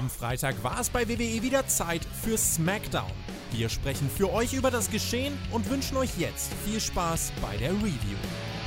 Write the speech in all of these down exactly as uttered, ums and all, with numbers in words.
Am Freitag war es bei W W E wieder Zeit für SmackDown. Wir sprechen für euch über das Geschehen und wünschen euch jetzt viel Spaß bei der Review.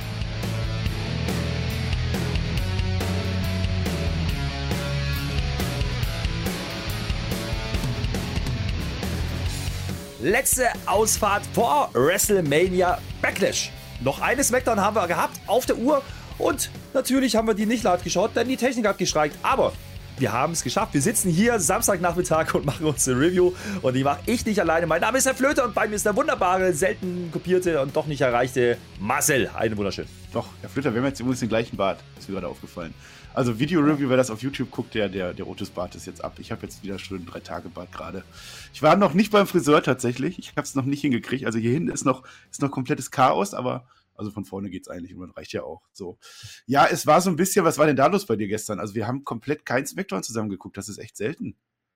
Letzte Ausfahrt vor WrestleMania Backlash. Noch eine Smackdown haben wir gehabt auf der Uhr und natürlich haben wir die nicht live geschaut, denn die Technik hat gestreikt. Aber wir haben es geschafft. Wir sitzen hier Samstagnachmittag und machen uns eine Review und die mache ich nicht alleine. Mein Name ist Herr Flöter und bei mir ist der wunderbare, selten kopierte und doch nicht erreichte Marcel. Einen wunderschön. Doch, Herr Flöter, wir haben jetzt übrigens den gleichen Bart. Ist mir gerade aufgefallen. Also Video-Review, wer das auf YouTube guckt, der, der, der rotes Bart ist jetzt ab. Ich habe jetzt wieder schon drei Tage Bart gerade. Ich war noch nicht beim Friseur tatsächlich. Ich habe es noch nicht hingekriegt. Also hier hinten ist noch, ist noch komplettes Chaos, aber also von vorne geht's eigentlich und dann reicht ja auch. So. Ja, es war so ein bisschen, was war denn da los bei dir gestern? Also wir haben komplett kein Smackdown zusammen geguckt. Das ist echt selten.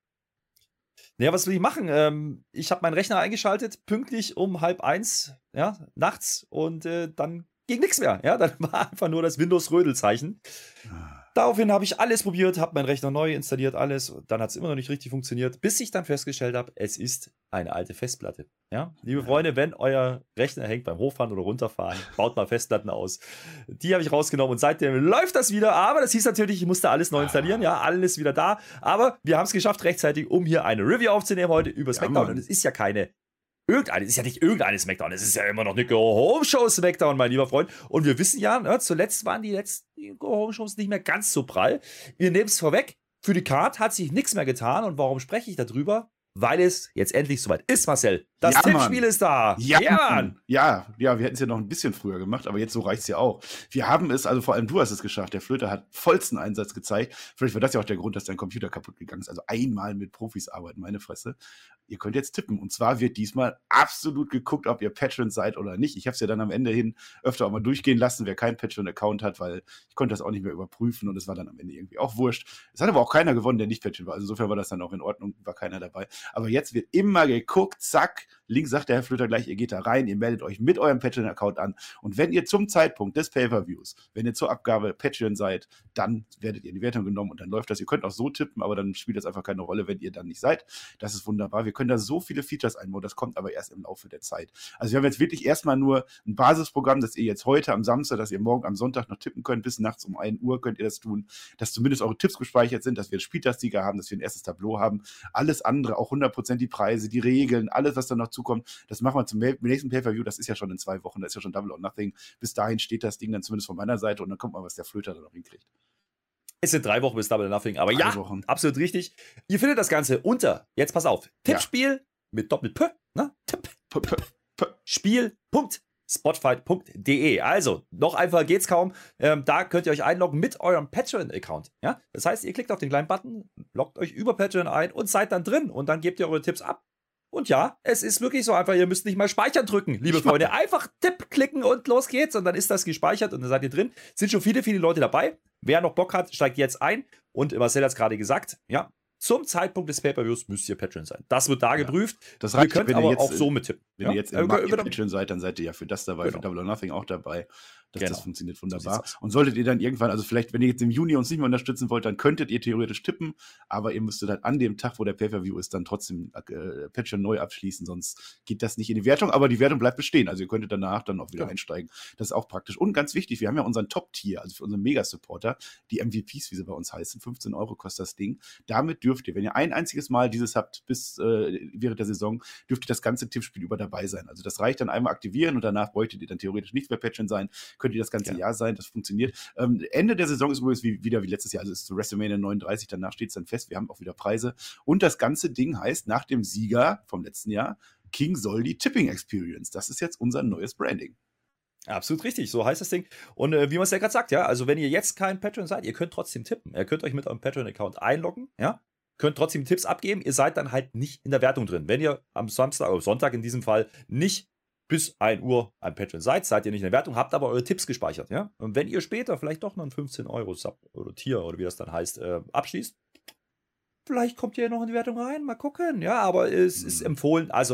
Naja, was will ich machen? Ähm, ich habe meinen Rechner eingeschaltet, pünktlich um halb eins, ja, nachts und äh, dann ging nichts mehr. Ja, dann war einfach nur das Windows-Rödel-Zeichen. Daraufhin habe ich alles probiert, habe meinen Rechner neu installiert, alles. Dann hat es immer noch nicht richtig funktioniert, bis ich dann festgestellt habe, es ist eine alte Festplatte. Ja, liebe Freunde, wenn euer Rechner hängt beim Hochfahren oder runterfahren, baut mal Festplatten aus. Die habe ich rausgenommen und seitdem läuft das wieder. Aber das hieß natürlich, ich musste alles neu installieren. Ja, alles wieder da. Aber wir haben es geschafft rechtzeitig, um hier eine Review aufzunehmen heute über SmackDown. Und es ist ja keine Irgendeine, es ist ja nicht irgendeine Smackdown, es ist ja immer noch eine Go-Home-Show Smackdown, mein lieber Freund. Und wir wissen ja, ne, zuletzt waren die letzten Go-Home-Shows nicht mehr ganz so prall. Wir nehmen es vorweg, für die Card hat sich nichts mehr getan. Und warum spreche ich darüber? Weil es jetzt endlich soweit ist, Marcel. Das ja, Tippspiel Mann. ist da. Ja, ja, Mann. ja, ja, wir hätten es ja noch ein bisschen früher gemacht, aber jetzt so reicht es ja auch. Wir haben es, also vor allem du hast es geschafft. Der Flöter hat vollsten Einsatz gezeigt. Vielleicht war das ja auch der Grund, dass dein Computer kaputt gegangen ist. Also einmal mit Profis arbeiten, meine Fresse. Ihr könnt jetzt tippen. Und zwar wird diesmal absolut geguckt, ob ihr Patreon seid oder nicht. Ich habe es ja dann am Ende hin öfter auch mal durchgehen lassen, wer keinen Patreon-Account hat, weil ich konnte das auch nicht mehr überprüfen und es war dann am Ende irgendwie auch wurscht. Es hat aber auch keiner gewonnen, der nicht Patreon war. Also insofern war das dann auch in Ordnung, war keiner dabei. Aber jetzt wird immer geguckt, zack, links sagt der Herr Flöter gleich, ihr geht da rein, ihr meldet euch mit eurem Patreon-Account an und wenn ihr zum Zeitpunkt des Pay-Per-Views, wenn ihr zur Abgabe Patreon seid, dann werdet ihr in die Wertung genommen und dann läuft das. Ihr könnt auch so tippen, aber dann spielt das einfach keine Rolle, wenn ihr dann nicht seid. Das ist wunderbar. Wir können da so viele Features einbauen, das kommt aber erst im Laufe der Zeit. Also wir haben jetzt wirklich erstmal nur ein Basisprogramm, dass ihr jetzt heute am Samstag, dass ihr morgen am Sonntag noch tippen könnt, bis nachts um ein Uhr könnt ihr das tun, dass zumindest eure Tipps gespeichert sind, dass wir einen Spieltagssieger haben, dass wir ein erstes Tableau haben. Alles andere, auch hundert Prozent die Preise, die Regeln, alles, was dann noch zukommt, das machen wir zum nächsten Pay-Per-View, das ist ja schon in zwei Wochen, das ist ja schon Double or Nothing. Bis dahin steht das Ding dann zumindest von meiner Seite und dann kommt mal, was der Flöter dann noch hinkriegt. Es sind drei Wochen bis Double or Nothing, aber Drei ja, Wochen. absolut richtig. Ihr findet das Ganze unter, jetzt pass auf, Tippspiel ja. mit Doppel-P, ne? Tipp, P, P, P, Spiel, Punkt. spotfight punkt de. Also, noch einfacher geht's kaum. Ähm, da könnt ihr euch einloggen mit eurem Patreon-Account. Ja? Das heißt, ihr klickt auf den kleinen Button, loggt euch über Patreon ein und seid dann drin. Und dann gebt ihr eure Tipps ab. Und ja, es ist wirklich so einfach, ihr müsst nicht mal speichern drücken, liebe Freunde. Einfach Tipp klicken und los geht's. Und dann ist das gespeichert und dann seid ihr drin. Sind schon viele, viele Leute dabei. Wer noch Bock hat, steigt jetzt ein. Und Marcel hat es gerade gesagt, ja, zum Zeitpunkt des Pay-Per-Views müsst ihr Patreon sein. Das wird da geprüft. Ja, das reicht, ihr könnt wenn aber ihr jetzt, auch so mittippen. Wenn ja? ihr jetzt im über, über, Patreon seid, dann seid ihr ja für das dabei, genau. für Double or Nothing auch dabei. Das, genau. das funktioniert So wunderbar. Und solltet ihr dann irgendwann, also vielleicht, wenn ihr jetzt im Juni uns nicht mehr unterstützen wollt, dann könntet ihr theoretisch tippen, aber ihr müsstet halt an dem Tag, wo der Pay-Per-View ist, dann trotzdem äh, Patreon neu abschließen, sonst geht das nicht in die Wertung, aber die Wertung bleibt bestehen. Also ihr könntet danach dann auch wieder ja. einsteigen. Das ist auch praktisch. Und ganz wichtig, wir haben ja unseren Top-Tier, also für unsere Mega-Supporter, die M V Ps, wie sie bei uns heißen, fünfzehn Euro kostet das Ding. Damit dürft ihr, wenn ihr ein einziges Mal dieses habt, bis äh, während der Saison, dürft ihr das ganze Tippspiel über dabei sein. Also das reicht dann einmal aktivieren und danach bräuchtet ihr dann theoretisch nicht mehr Patreon sein, könnt ihr das ganze ja. Jahr sein, das funktioniert. Ähm, Ende der Saison ist übrigens wie, wieder wie letztes Jahr, also es ist zu WrestleMania neununddreißig, danach steht es dann fest, wir haben auch wieder Preise. Und das ganze Ding heißt nach dem Sieger vom letzten Jahr King Soldi Tipping Experience. Das ist jetzt unser neues Branding. Absolut richtig, so heißt das Ding. Und äh, wie man es ja gerade sagt, ja, also wenn ihr jetzt kein Patreon seid, ihr könnt trotzdem tippen. Ihr könnt euch mit eurem Patreon-Account einloggen, ja, könnt trotzdem Tipps abgeben, ihr seid dann halt nicht in der Wertung drin. Wenn ihr am Samstag oder Sonntag in diesem Fall nicht bis ein Uhr am Patreon seid, seid ihr nicht in der Wertung, habt aber eure Tipps gespeichert, ja. Und wenn ihr später vielleicht doch noch einen fünfzehn Euro Sub oder Tier oder wie das dann heißt, äh, abschließt, vielleicht kommt ihr noch in die Wertung rein, mal gucken, ja, aber es ist empfohlen, also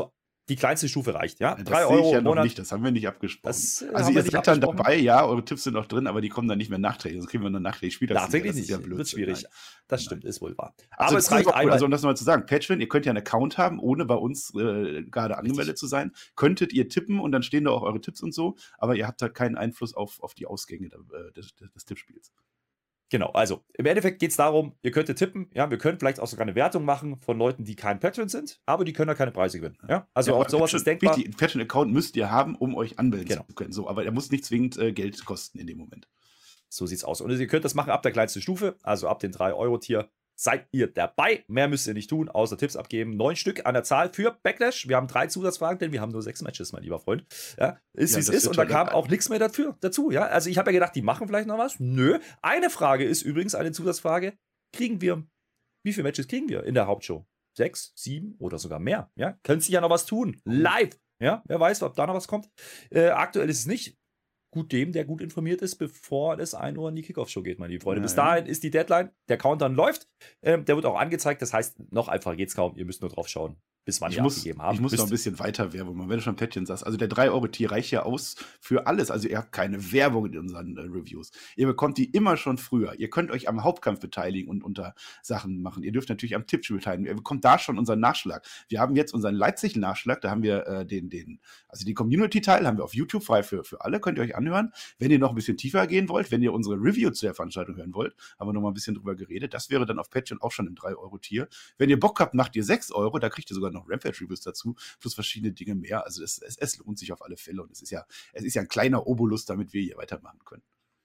die kleinste Stufe reicht, ja? Das drei sehe ich Euro ja im noch Monat. nicht, das haben wir nicht abgesprochen. Das, äh, also haben ihr wir nicht seid dann abgesprochen. dabei, ja, eure Tipps sind noch drin, aber die kommen dann nicht mehr nachträglich. Sonst kriegen wir nur nachträglich Spieltag. Nachträglich Das ist nicht, ja wird Blödsinn. schwierig. Nein. Das Nein. stimmt, ist wohl wahr. Also Aber das es ist reicht auch cool. einmal. Also um das nochmal zu sagen, Patreon, ihr könnt ja einen Account haben, ohne bei uns äh, gerade angemeldet zu sein. Könntet ihr tippen und dann stehen da auch eure Tipps und so, aber ihr habt halt keinen Einfluss auf, auf die Ausgänge äh, des, des, des Tippspiels. Genau, also im Endeffekt geht es darum, ihr könnt tippen, ja, wir können vielleicht auch sogar eine Wertung machen von Leuten, die kein Patreon sind, aber die können ja keine Preise gewinnen. Ja? Also Ja, auch aber sowas Patreon, ist denkbar. Einen Patreon-Account müsst ihr haben, um euch anmelden Genau. zu können. So, aber er muss nicht zwingend äh, Geld kosten in dem Moment. So sieht's aus. Und ihr könnt das machen ab der kleinsten Stufe, also ab den drei Euro Tier. Seid ihr dabei? Mehr müsst ihr nicht tun, außer Tipps abgeben. Neun Stück an der Zahl für Backlash. Wir haben drei Zusatzfragen, denn wir haben nur sechs Matches, mein lieber Freund. Ja, ist Ja, wie es das ist. wird Und da toll. kam auch nichts mehr dafür, dazu. Ja, also ich habe ja gedacht, die machen vielleicht noch was. Nö. Eine Frage ist übrigens eine Zusatzfrage. Kriegen wir, wie viele Matches kriegen wir in der Hauptshow? Sechs, sieben oder sogar mehr? Ja, könnte sich ja noch was tun. Live. Ja, wer weiß, ob da noch was kommt. Äh, aktuell ist es nicht. Gut dem, der gut informiert ist, bevor es ein Uhr in die Kickoff-Show geht, meine lieben Freunde. Ja, Bis ja. dahin ist die Deadline, der Countdown läuft, ähm, der wird auch angezeigt, das heißt, noch einfacher geht's kaum, ihr müsst nur drauf schauen, bis wann Ich ihr muss, abgegeben habt. ich muss noch ein Müsst- bisschen weiter Werbung machen, wenn du schon Päckchen sagst. Also der drei Euro Tier reicht ja aus für alles. Also ihr habt keine Werbung in unseren äh, Reviews. Ihr bekommt die immer schon früher. Ihr könnt euch am Hauptkampf beteiligen und unter Sachen machen. Ihr dürft natürlich am Tippspiel beteiligen. Ihr bekommt da schon unseren Nachschlag. Wir haben jetzt unseren Leipzig-Nachschlag. Da haben wir äh, den, den, also den Community-Teil haben wir auf YouTube frei für, für alle. Könnt ihr euch anhören. Wenn ihr noch ein bisschen tiefer gehen wollt, wenn ihr unsere Review zu der Veranstaltung hören wollt, haben wir noch mal ein bisschen drüber geredet. Das wäre dann auf Patreon auch schon im drei Euro Tier. Wenn ihr Bock habt, macht ihr sechs Euro. Da kriegt ihr sogar noch Rampage-Reviews dazu. Plus verschiedene Dinge mehr. Also es, es, es lohnt sich auf alle Fälle und es ist ja, es ist ja ein kleiner Obolus, damit wir hier weitermachen können.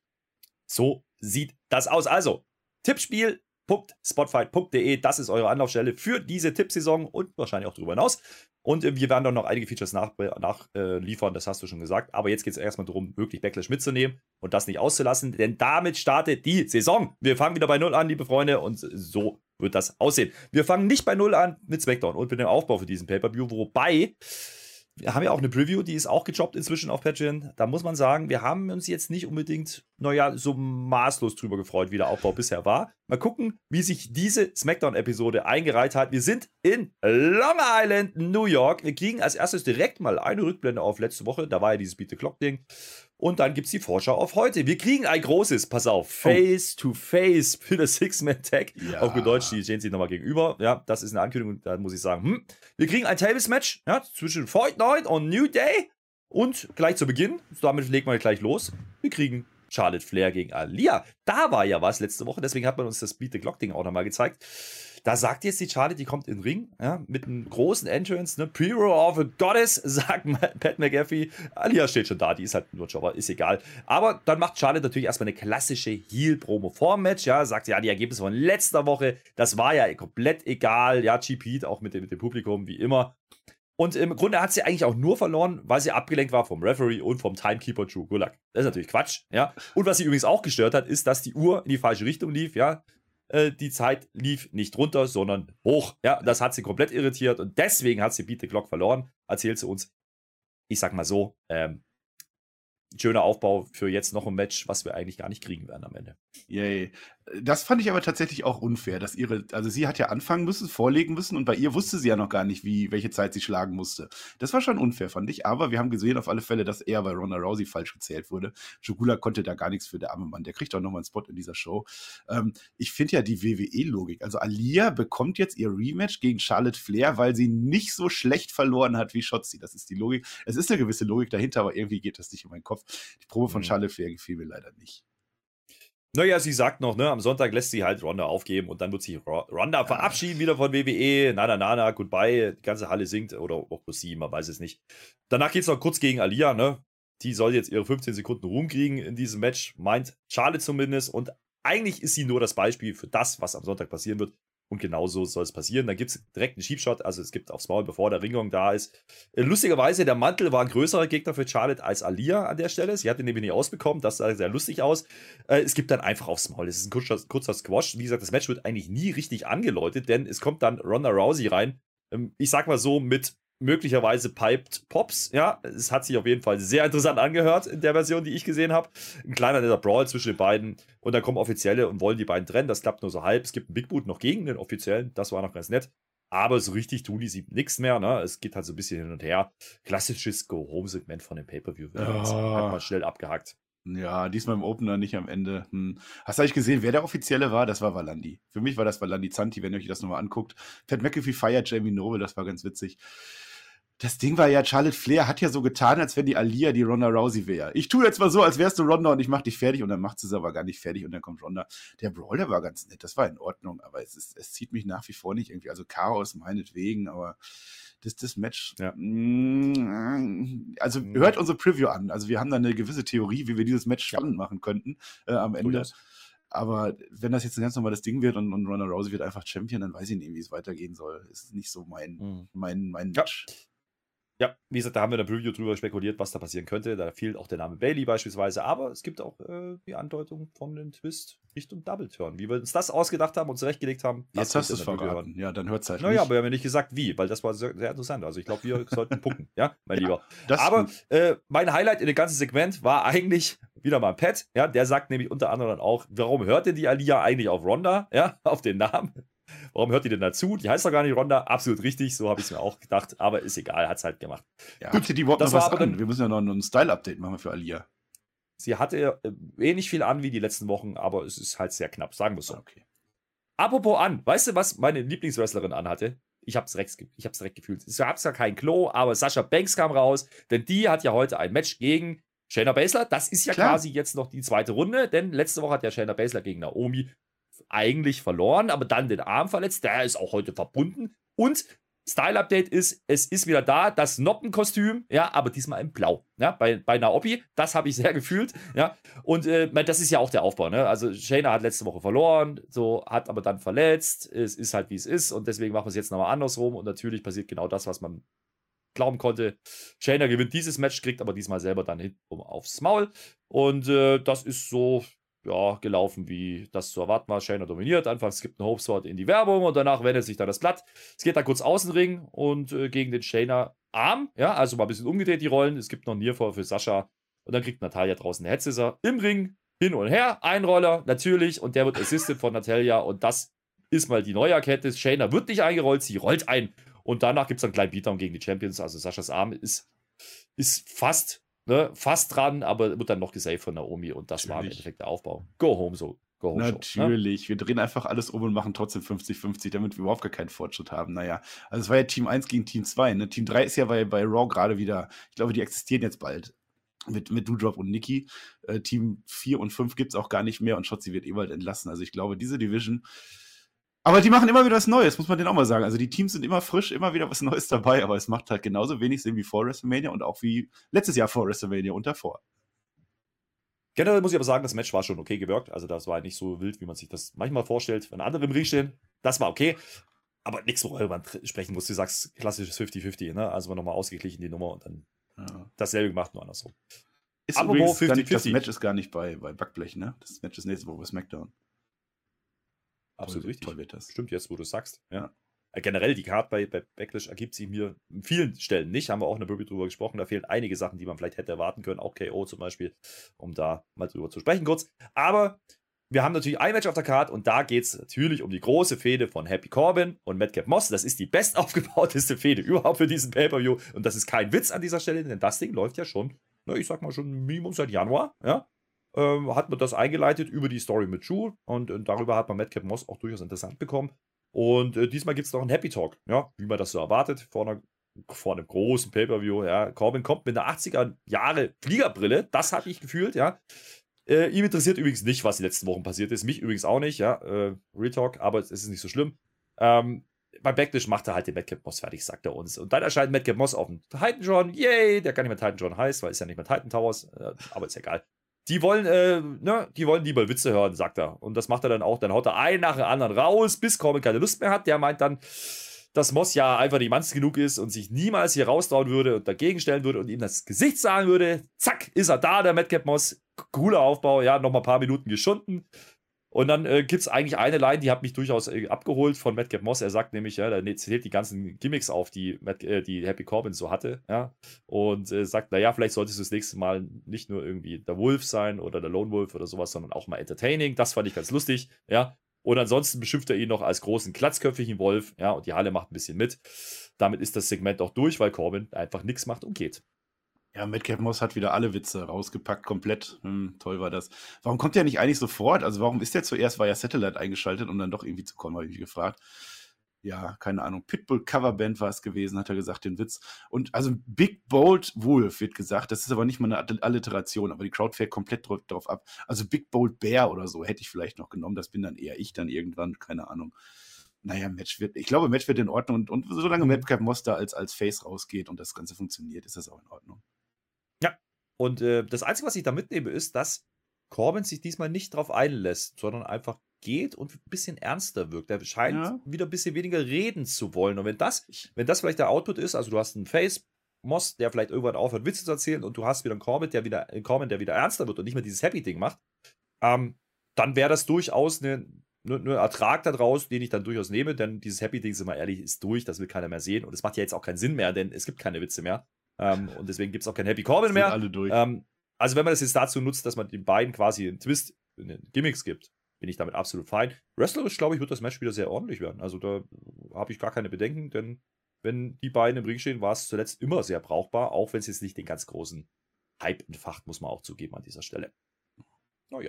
So sieht das aus. Also, tippspiel punkt spotfight punkt de, das ist eure Anlaufstelle für diese Tippsaison und wahrscheinlich auch darüber hinaus. Und äh, wir werden dann noch einige Features nachliefern, nach, äh, liefern, das hast du schon gesagt. Aber jetzt geht es erstmal darum, wirklich Backlash mitzunehmen und das nicht auszulassen, denn damit startet die Saison. Wir fangen wieder bei Null an, liebe Freunde, und so wird das aussehen. Wir fangen nicht bei Null an mit SmackDown und mit dem Aufbau für diesen Pay-Per-View, wobei wir haben ja auch eine Preview, die ist auch gedroppt inzwischen auf Patreon. Da muss man sagen, wir haben uns jetzt nicht unbedingt, naja, so maßlos drüber gefreut, wie der Aufbau bisher war. Mal gucken, wie sich diese SmackDown-Episode eingereiht hat. Wir sind in Long Island, New York. Wir kriegen als erstes direkt mal eine Rückblende auf letzte Woche. Da war ja dieses Beat the Clock-Ding. Und dann gibt es die Vorschau auf heute. Wir kriegen ein großes, pass auf, Face-to-Face für das Six-Man-Tag. Ja. Auf gut Deutsch, die stehen sich nochmal gegenüber. Ja, das ist eine Ankündigung, da muss ich sagen, hm. Wir kriegen ein Tables-Match, ja, zwischen Fight Night und New Day. Und gleich zu Beginn, damit legen wir gleich los, wir kriegen Charlotte Flair gegen Aaliyah. Da war ja was letzte Woche, deswegen hat man uns das Beat the Clock-Ding auch nochmal gezeigt. Da sagt jetzt die Charlotte, die kommt in den Ring, ja, mit einem großen Entrance, ne, Pre-Roll of a Goddess, sagt Pat McAfee. Aaliyah steht schon da, die ist halt nur Jobber, ist egal. Aber dann macht Charlotte natürlich erstmal eine klassische Heel-Promo vorm Match, ja, sagt ja, die Ergebnisse von letzter Woche, das war ja komplett egal, ja, Cheap Heat, auch mit dem, mit dem Publikum, wie immer. Und im Grunde hat sie eigentlich auch nur verloren, weil sie abgelenkt war vom Referee und vom Timekeeper Drew Gulak. Das ist natürlich Quatsch, ja. Und was sie übrigens auch gestört hat, ist, dass die Uhr in die falsche Richtung lief, ja. Äh, die Zeit lief nicht runter, sondern hoch. Ja, das hat sie komplett irritiert und deswegen hat sie Beat the Clock verloren. Erzählt sie uns, ich sag mal so, ähm, schöner Aufbau für jetzt noch ein Match, was wir eigentlich gar nicht kriegen werden am Ende. Yay. Das fand ich aber tatsächlich auch unfair, dass ihre, also sie hat ja anfangen müssen, vorlegen müssen und bei ihr wusste sie ja noch gar nicht, wie, welche Zeit sie schlagen musste. Das war schon unfair, fand ich, aber wir haben gesehen auf alle Fälle, dass er bei Ronda Rousey falsch gezählt wurde. Jugula konnte da gar nichts für, der arme Mann, der kriegt auch nochmal einen Spot in dieser Show. Ähm, ich finde ja die W W E-Logik, also Aaliyah bekommt jetzt ihr Rematch gegen Charlotte Flair, weil sie nicht so schlecht verloren hat wie Shotzi. Das ist die Logik. Es ist eine gewisse Logik dahinter, aber irgendwie geht das nicht in meinen Kopf. Die Probe von Mhm. Charlotte Flair gefiel mir leider nicht. Naja, sie sagt noch, ne, am Sonntag lässt sie halt Ronda aufgeben und dann wird sich Ronda verabschieden wieder von W W E. Na, na, na, na, goodbye. Die ganze Halle singt oder auch bloß sie, man weiß es nicht. Danach geht es noch kurz gegen Aaliyah, ne. Die soll jetzt ihre fünfzehn Sekunden Ruhm kriegen in diesem Match, meint Charlotte zumindest. Und eigentlich ist sie nur das Beispiel für das, was am Sonntag passieren wird. Und genauso soll es passieren. Dann gibt es direkt einen Sheepshot, also es gibt aufs Maul, bevor der Ringgong da ist. Äh, lustigerweise, der Mantel war ein größerer Gegner für Charlotte als Aaliyah an der Stelle. Sie hat ihn nämlich nicht ausbekommen, das sah sehr lustig aus. Äh, es gibt dann einfach aufs Maul. Es ist ein kurzer, kurzer Squash. Wie gesagt, das Match wird eigentlich nie richtig angeläutet, denn es kommt dann Ronda Rousey rein. Ähm, ich sag mal so, mit möglicherweise Piped Pops, ja, es hat sich auf jeden Fall sehr interessant angehört in der Version, die ich gesehen habe. Ein kleiner netter Brawl zwischen den beiden und dann kommen Offizielle und wollen die beiden trennen, das klappt nur so halb. Es gibt einen Big Boot noch gegen den Offiziellen, das war noch ganz nett, Aber so richtig tun die sie nichts mehr. Ne? Es geht halt so ein bisschen hin und her. Klassisches Go-Home-Segment von dem Pay-Per-View. Ja. Hat man schnell abgehakt. Ja, diesmal im Opener, nicht am Ende. Hm. Hast du eigentlich gesehen, wer der Offizielle war? Das war Valandi. Für mich war das Valandi Zanti, wenn ihr euch das nochmal anguckt. Pat McAfee feiert Jamie Noble, das war ganz witzig. Das Ding war ja, Charlotte Flair hat ja so getan, als wenn die Alia die Ronda Rousey wäre. Ich tue jetzt mal so, als wärst du Ronda und ich mach dich fertig und dann macht sie es aber gar nicht fertig und dann kommt Ronda. Der Brawl, der war ganz nett, das war in Ordnung, aber es, ist, es zieht mich nach wie vor nicht irgendwie. Also Chaos meinetwegen, aber das, das Match, ja. mh, also mhm. hört unsere Preview an. Also wir haben da eine gewisse Theorie, wie wir dieses Match spannend ja. machen könnten äh, am Ende. Oh, aber wenn das jetzt ein ganz normales Ding wird und, und Ronda Rousey wird einfach Champion, dann weiß ich nicht, wie es weitergehen soll. Ist nicht so mein, mhm. mein, mein Match. Ja. Ja, wie gesagt, da haben wir in der Preview drüber spekuliert, was da passieren könnte. Da fiel auch der Name Bayley beispielsweise, aber es gibt auch äh, die Andeutung von dem Twist Richtung Double Turn. Wie wir uns das ausgedacht haben und zurechtgelegt haben. Jetzt hast du es verraten. Ja, dann hört es halt naja, nicht. Naja, aber wir haben ja nicht gesagt, wie, weil das war sehr, sehr interessant. Also ich glaube, wir sollten punkten, ja, mein ja, Lieber. Aber äh, mein Highlight in dem ganzen Segment war eigentlich wieder mal Pat. Ja, der sagt nämlich unter anderem dann auch, warum hört denn die Alia eigentlich auf Ronda? Ja, auf den Namen. Warum hört die denn dazu? Die heißt doch gar nicht Ronda. Absolut richtig, so habe ich es mir auch gedacht. Aber ist egal, hat es halt gemacht. Ja, gut, die überhaupt noch was an. Dann, wir müssen ja noch ein Style-Update machen für Alia. Sie hatte äh, eh nicht viel an wie die letzten Wochen, aber es ist halt sehr knapp, sagen wir es so. Okay. Apropos an, weißt du, was meine Lieblingswrestlerin anhatte? Ich habe es direkt, ich hab's direkt gefühlt. Ich habe zwar kein Klo, aber Sasha Banks kam raus, denn die hat ja heute ein Match gegen Shayna Baszler. Das ist ja Klar. quasi jetzt noch die zweite Runde, denn letzte Woche hat ja Shayna Baszler gegen Naomi eigentlich verloren, aber dann den Arm verletzt. Der ist auch heute verbunden. Und Style-Update ist, es ist wieder da, das Noppenkostüm, ja, aber diesmal in Blau. Ja, bei, bei Naomi, das habe ich sehr gefühlt. Ja, und äh, das ist ja auch der Aufbau. Ne? Also Shayna hat letzte Woche verloren, so hat aber dann verletzt. Es ist halt, wie es ist. Und deswegen machen wir es jetzt nochmal andersrum. Und natürlich passiert genau das, was man glauben konnte. Shayna gewinnt dieses Match, kriegt aber diesmal selber dann hinten aufs Maul. Und äh, das ist so ja, gelaufen, wie das zu erwarten war. Shayna dominiert. Anfangs gibt ein Hope-Spot in die Werbung und danach wendet sich dann das Blatt. Es geht dann kurz Außenring und äh, gegen den Shayna Arm. Ja, also mal ein bisschen umgedreht die Rollen. Es gibt noch einen Nearfall für Sascha und dann kriegt Natalya draußen einen Headscissor im Ring hin und her. Einroller natürlich und der wird assisted von Natalya und das ist mal die neue Erkenntnis. Shayna wird nicht eingerollt, sie rollt ein und danach gibt es dann einen kleinen Beatdown gegen die Champions. Also Saschas Arm ist, ist fast Ne, fast dran, aber wird dann noch gesaved von Naomi und das Natürlich. war im Endeffekt der Aufbau. Go home so. Go home Natürlich, Show, ne? Wir drehen einfach alles um und machen trotzdem fünfzig fünfzig, damit wir überhaupt gar keinen Fortschritt haben. Naja, also es war ja Team eins gegen Team zwei. Ne? Team drei ist ja bei, bei Raw gerade wieder, ich glaube, die existieren jetzt bald. Mit, mit Doudrop und Nikki. Äh, Team vier und fünf gibt es auch gar nicht mehr und Shotzi wird eh bald entlassen. Also ich glaube, diese Division. Aber die machen immer wieder was Neues, muss man denen auch mal sagen. Also die Teams sind immer frisch, immer wieder was Neues dabei, aber es macht halt genauso wenig Sinn wie vor WrestleMania und auch wie letztes Jahr vor WrestleMania und davor. Generell muss ich aber sagen, das Match war schon okay gewirkt. Also das war nicht so wild, wie man sich das manchmal vorstellt, wenn andere im Ring stehen. Das war okay. Aber nichts, worüber man sprechen muss. Du sagst klassisches fünfzig fünfzig, ne? Also nochmal ausgeglichen die Nummer und dann ja. dasselbe gemacht, nur andersrum. Ist Apropos fünfzig fünfzig. Das Match ist gar nicht bei, bei Backblech, ne? Das Match ist nächste Woche bei SmackDown. Absolut toll, richtig. Toll wird das. Stimmt jetzt, wo du sagst. Ja. Generell, die Card bei, bei Backlash ergibt sich mir in vielen Stellen nicht. Haben wir auch in der Review drüber gesprochen. Da fehlen einige Sachen, die man vielleicht hätte erwarten können. Auch K O zum Beispiel, um da mal drüber zu sprechen kurz. Aber wir haben natürlich ein Match auf der Card und da geht es natürlich um die große Fehde von Happy Corbin und Madcap Moss. Das ist die best aufgebauteste Fehde überhaupt für diesen Pay-Per-View. Und das ist kein Witz an dieser Stelle, denn das Ding läuft ja schon, ne, ich sag mal schon Minimum seit Januar, ja. Ähm, hat man das eingeleitet über die Story mit Drew und, und darüber hat man Madcap Moss auch durchaus interessant bekommen. Und äh, diesmal gibt es noch einen Happy Talk, ja, wie man das so erwartet, vor, einer, vor einem großen Pay-Per-View. Ja. Corbin kommt mit einer achtziger Jahre Fliegerbrille, das habe ich gefühlt, ja. Äh, ihm interessiert übrigens nicht, was die letzten Wochen passiert ist, mich übrigens auch nicht, ja, äh, Real Talk, aber es ist nicht so schlimm. Ähm, bei Backlash macht er halt den Madcap Moss fertig, sagt er uns. Und dann erscheint Madcap Moss auf dem Titantron, yay, der gar nicht mehr Titantron heißt, weil es ja nicht mehr Titan Towers, äh, aber ist ja egal. Die wollen, äh, ne, die wollen lieber Witze hören, sagt er. Und das macht er dann auch. Dann haut er einen nach dem anderen raus, bis Corbin keine Lust mehr hat. Der meint dann, dass Moss ja einfach nicht manns genug ist und sich niemals hier raustrauen würde und dagegen stellen würde und ihm das Gesicht sagen würde. Zack, ist er da, der Madcap Moss. Cooler Aufbau, ja, nochmal ein paar Minuten geschunden. Und dann äh, gibt es eigentlich eine Line, die hat mich durchaus äh, abgeholt von Madcap Moss. Er sagt nämlich, ja, er zählt die ganzen Gimmicks auf, die, Matt, äh, die Happy Corbin so hatte, ja, und äh, sagt, naja, vielleicht solltest du das nächste Mal nicht nur irgendwie der Wolf sein oder der Lone Wolf oder sowas, sondern auch mal entertaining. Das fand ich ganz lustig, ja. Und ansonsten beschimpft er ihn noch als großen, glatzköpfigen Wolf. Ja, und die Halle macht ein bisschen mit. Damit ist das Segment auch durch, weil Corbin einfach nichts macht und geht. Ja, Madcap Moss hat wieder alle Witze rausgepackt, komplett. Hm, toll war das. Warum kommt der nicht eigentlich sofort? Also warum ist der zuerst, war ja Satellite eingeschaltet, um dann doch irgendwie zu kommen, habe ich mich gefragt. Ja, keine Ahnung. Pitbull Coverband war es gewesen, hat er gesagt, den Witz. Und also Big Bold Wolf wird gesagt, das ist aber nicht mal eine Alliteration, aber die Crowd fährt komplett drauf, drauf ab. Also Big Bold Bear oder so hätte ich vielleicht noch genommen, das bin dann eher ich dann irgendwann, keine Ahnung. Naja, Match wird, ich glaube, Match wird in Ordnung und, und solange Madcap Moss da als, als Face rausgeht und das Ganze funktioniert, ist das auch in Ordnung. Ja, und äh, das Einzige, was ich da mitnehme, ist, dass Corbin sich diesmal nicht drauf einlässt, sondern einfach geht und ein bisschen ernster wirkt. Er scheint Ja. wieder ein bisschen weniger reden zu wollen. Und wenn das, wenn das vielleicht der Output ist, also du hast einen Face, Moss, der vielleicht irgendwann aufhört, Witze zu erzählen und du hast wieder einen Corbin, der wieder, einen Corbin, der wieder ernster wird und nicht mehr dieses Happy-Ding macht, ähm, dann wäre das durchaus eine, eine, eine Ertrag daraus, den ich dann durchaus nehme, denn dieses Happy-Ding, sind wir ehrlich, ist durch, das will keiner mehr sehen und es macht ja jetzt auch keinen Sinn mehr, denn es gibt keine Witze mehr. Ähm, und deswegen gibt es auch kein Happy Corbin Sind mehr. alle durch. Ähm, also wenn man das jetzt dazu nutzt, dass man den beiden quasi einen Twist, einen Gimmicks gibt, bin ich damit absolut fein. Wrestlerisch, glaube ich, wird das Match wieder sehr ordentlich werden. Also da habe ich gar keine Bedenken, denn wenn die beiden im Ring stehen, war es zuletzt immer sehr brauchbar, auch wenn es jetzt nicht den ganz großen Hype entfacht, muss man auch zugeben an dieser Stelle. Naja.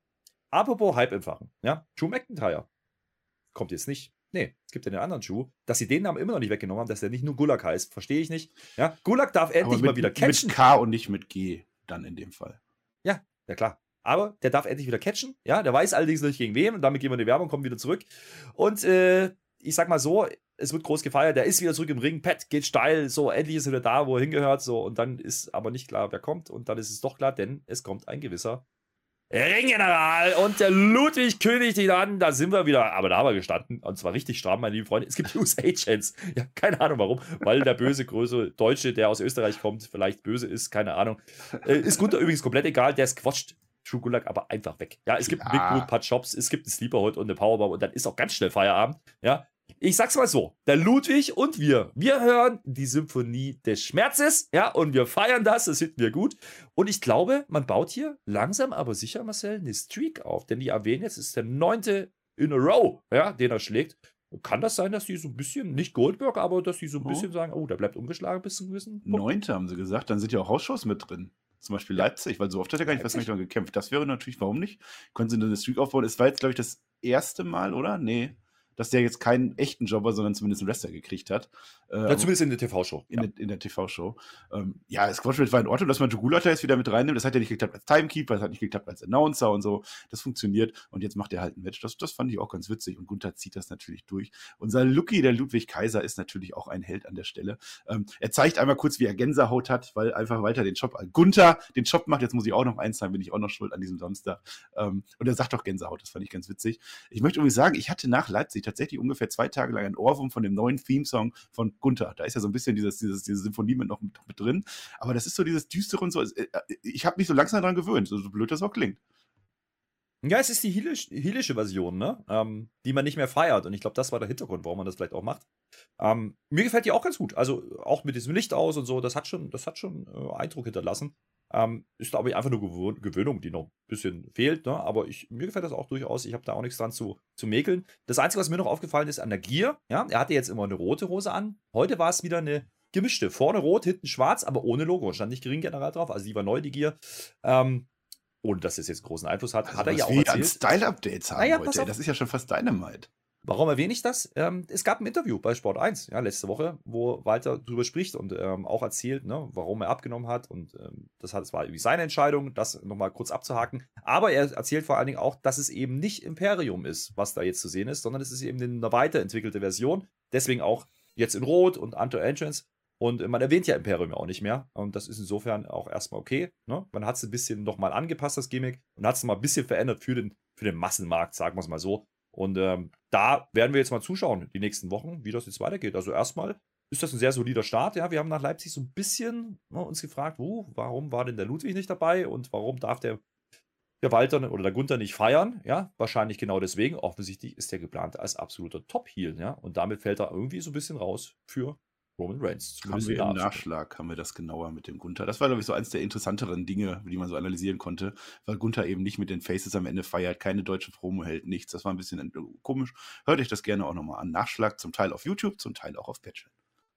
Apropos Hype entfachen, ja, Drew McIntyre kommt jetzt nicht. Nee, es gibt ja den anderen Drew. Dass sie den Namen immer noch nicht weggenommen haben, dass der nicht nur Gulak heißt, verstehe ich nicht. Ja, Gulak darf endlich mit, mal wieder catchen. Mit K und nicht mit G, dann in dem Fall. Ja, ja klar. Aber der darf endlich wieder catchen. Ja, der weiß allerdings nicht gegen wen. Und damit gehen wir in die Werbung, kommen wieder zurück. Und äh, ich sag mal so, es wird groß gefeiert. Der ist wieder zurück im Ring. Pat geht steil. So, endlich ist er wieder da, wo er hingehört. So, und dann ist aber nicht klar, wer kommt. Und dann ist es doch klar, denn es kommt ein gewisser Ringgeneral und der Ludwig kündigt ihn an. Da sind wir wieder. Aber da haben wir gestanden. Und zwar richtig stramm, meine lieben Freunde. Es gibt U S A-Chants. Ja, keine Ahnung warum. Weil der böse, größere Deutsche, der aus Österreich kommt, vielleicht böse ist. Keine Ahnung. Äh, ist Gunther übrigens komplett egal. Der squatscht Drew Gulak aber einfach weg. Ja, es gibt Ja. ein Big Boot, ein paar Chops, es gibt einen Sleeper Hold und eine Powerbomb und dann ist auch ganz schnell Feierabend. Ja, ich sag's mal so, der Ludwig und wir, wir hören die Symphonie des Schmerzes, ja, und wir feiern das, das finden wir gut. Und ich glaube, man baut hier langsam aber sicher, Marcel, eine Streak auf, denn die erwähnen jetzt, es ist der neunte in a row, ja, den er schlägt. Kann das sein, dass die so ein bisschen, nicht Goldberg, aber dass die so ein Oh. bisschen sagen, oh, der bleibt ungeschlagen bis zu einem gewissen Punkt? Neunte haben sie gesagt, dann sind ja auch Hausshows mit drin. Zum Beispiel Leipzig, weil so oft hat er gar nicht was Leipzig. mehr gekämpft. Das wäre natürlich, warum nicht? Können sie eine Streak aufbauen? Es war jetzt, glaube ich, das erste Mal, oder? Nee. Dass der jetzt keinen echten Jobber, sondern zumindest einen Wrestler gekriegt hat. Äh, Ja, aber zumindest in der T V-Show. in, der, in der T V-Show. Ähm, ja, Squashmatch war in Ordnung, dass man Jugulata jetzt wieder mit reinnimmt. Das hat ja nicht geklappt als Timekeeper, das hat nicht geklappt als Announcer und so. Das funktioniert. Und jetzt macht er halt ein Match. Das, das fand ich auch ganz witzig. Und Gunther zieht das natürlich durch. Unser Lucky, der Ludwig Kaiser, ist natürlich auch ein Held an der Stelle. Ähm, er zeigt einmal kurz, wie er Gänsehaut hat, weil einfach weiter den Job, Gunther den Job macht. Jetzt muss ich auch noch eins sagen, bin ich auch noch schuld an diesem Samstag. Ähm, und er sagt doch Gänsehaut. Das fand ich ganz witzig. Ich möchte übrigens sagen, ich hatte nach Leipzig tatsächlich ungefähr zwei Tage lang einen Ohrwurm von dem neuen Theme-Song von Gunther. Da ist ja so ein bisschen dieses, dieses, diese Symphonie mit noch mit, mit drin. Aber das ist so dieses Düstere und so. Ich habe mich so langsam daran gewöhnt, so blöd das auch klingt. Ja, es ist die heelisch, heelische Version, ne? Ähm, die man nicht mehr feiert. Und ich glaube, das war der Hintergrund, warum man das vielleicht auch macht. Ähm, mir gefällt die auch ganz gut. Also auch mit diesem Licht aus und so, das hat schon, das hat schon äh, Eindruck hinterlassen. Ähm, ist, glaube ich, einfach nur Gewö- Gewöhnung, die noch ein bisschen fehlt, ne? Aber ich, mir gefällt das auch durchaus. Ich habe da auch nichts dran zu, zu mäkeln. Das Einzige, was mir noch aufgefallen ist an der Gier, ja, er hatte jetzt immer eine rote Hose an. Heute war es wieder eine gemischte. Vorne rot, hinten schwarz, aber ohne Logo. Stand nicht Ringgeneral drauf, also die war neu, die Gier. Ähm, ohne dass es jetzt großen Einfluss hat, Also hat er ja was auch wir an erzählt. Style-Updates haben Naja, pass heute. auf. Das ist ja schon fast Dynamite. Warum erwähne ich das? Ähm, es gab ein Interview bei Sport eins, ja, letzte Woche, wo Walter darüber spricht und ähm, auch erzählt, ne, warum er abgenommen hat. Und ähm, das, hat, das war irgendwie seine Entscheidung, das nochmal kurz abzuhaken. Aber er erzählt vor allen Dingen auch, dass es eben nicht Imperium ist, was da jetzt zu sehen ist, sondern es ist eben eine weiterentwickelte Version. Deswegen auch jetzt in Rot und Anto-Entrance. Und man erwähnt ja Imperium auch nicht mehr. Und das ist insofern auch erstmal okay. Ne? Man hat es ein bisschen nochmal angepasst, das Gimmick, und hat es mal ein bisschen verändert für den, für den Massenmarkt, sagen wir es mal so. Und ähm, da werden wir jetzt mal zuschauen, die nächsten Wochen, wie das jetzt weitergeht. Also erstmal ist das ein sehr solider Start. Ja, wir haben nach Leipzig so ein bisschen ne, uns gefragt, wo, warum war denn der Ludwig nicht dabei und warum darf der, der Walter oder der Gunther nicht feiern? Ja, wahrscheinlich genau deswegen. Offensichtlich ist der geplant als absoluter Top-Heel. Ja, und damit fällt er irgendwie so ein bisschen raus für Roman Reigns. Haben wir im Nachschlag, haben wir das genauer mit dem Gunther. Das war, glaube ich, so eins der interessanteren Dinge, die man so analysieren konnte, weil Gunther eben nicht mit den Faces am Ende feiert, keine deutsche Promo hält, nichts. Das war ein bisschen komisch. Hört euch das gerne auch nochmal an. Nachschlag zum Teil auf YouTube, zum Teil auch auf Patreon.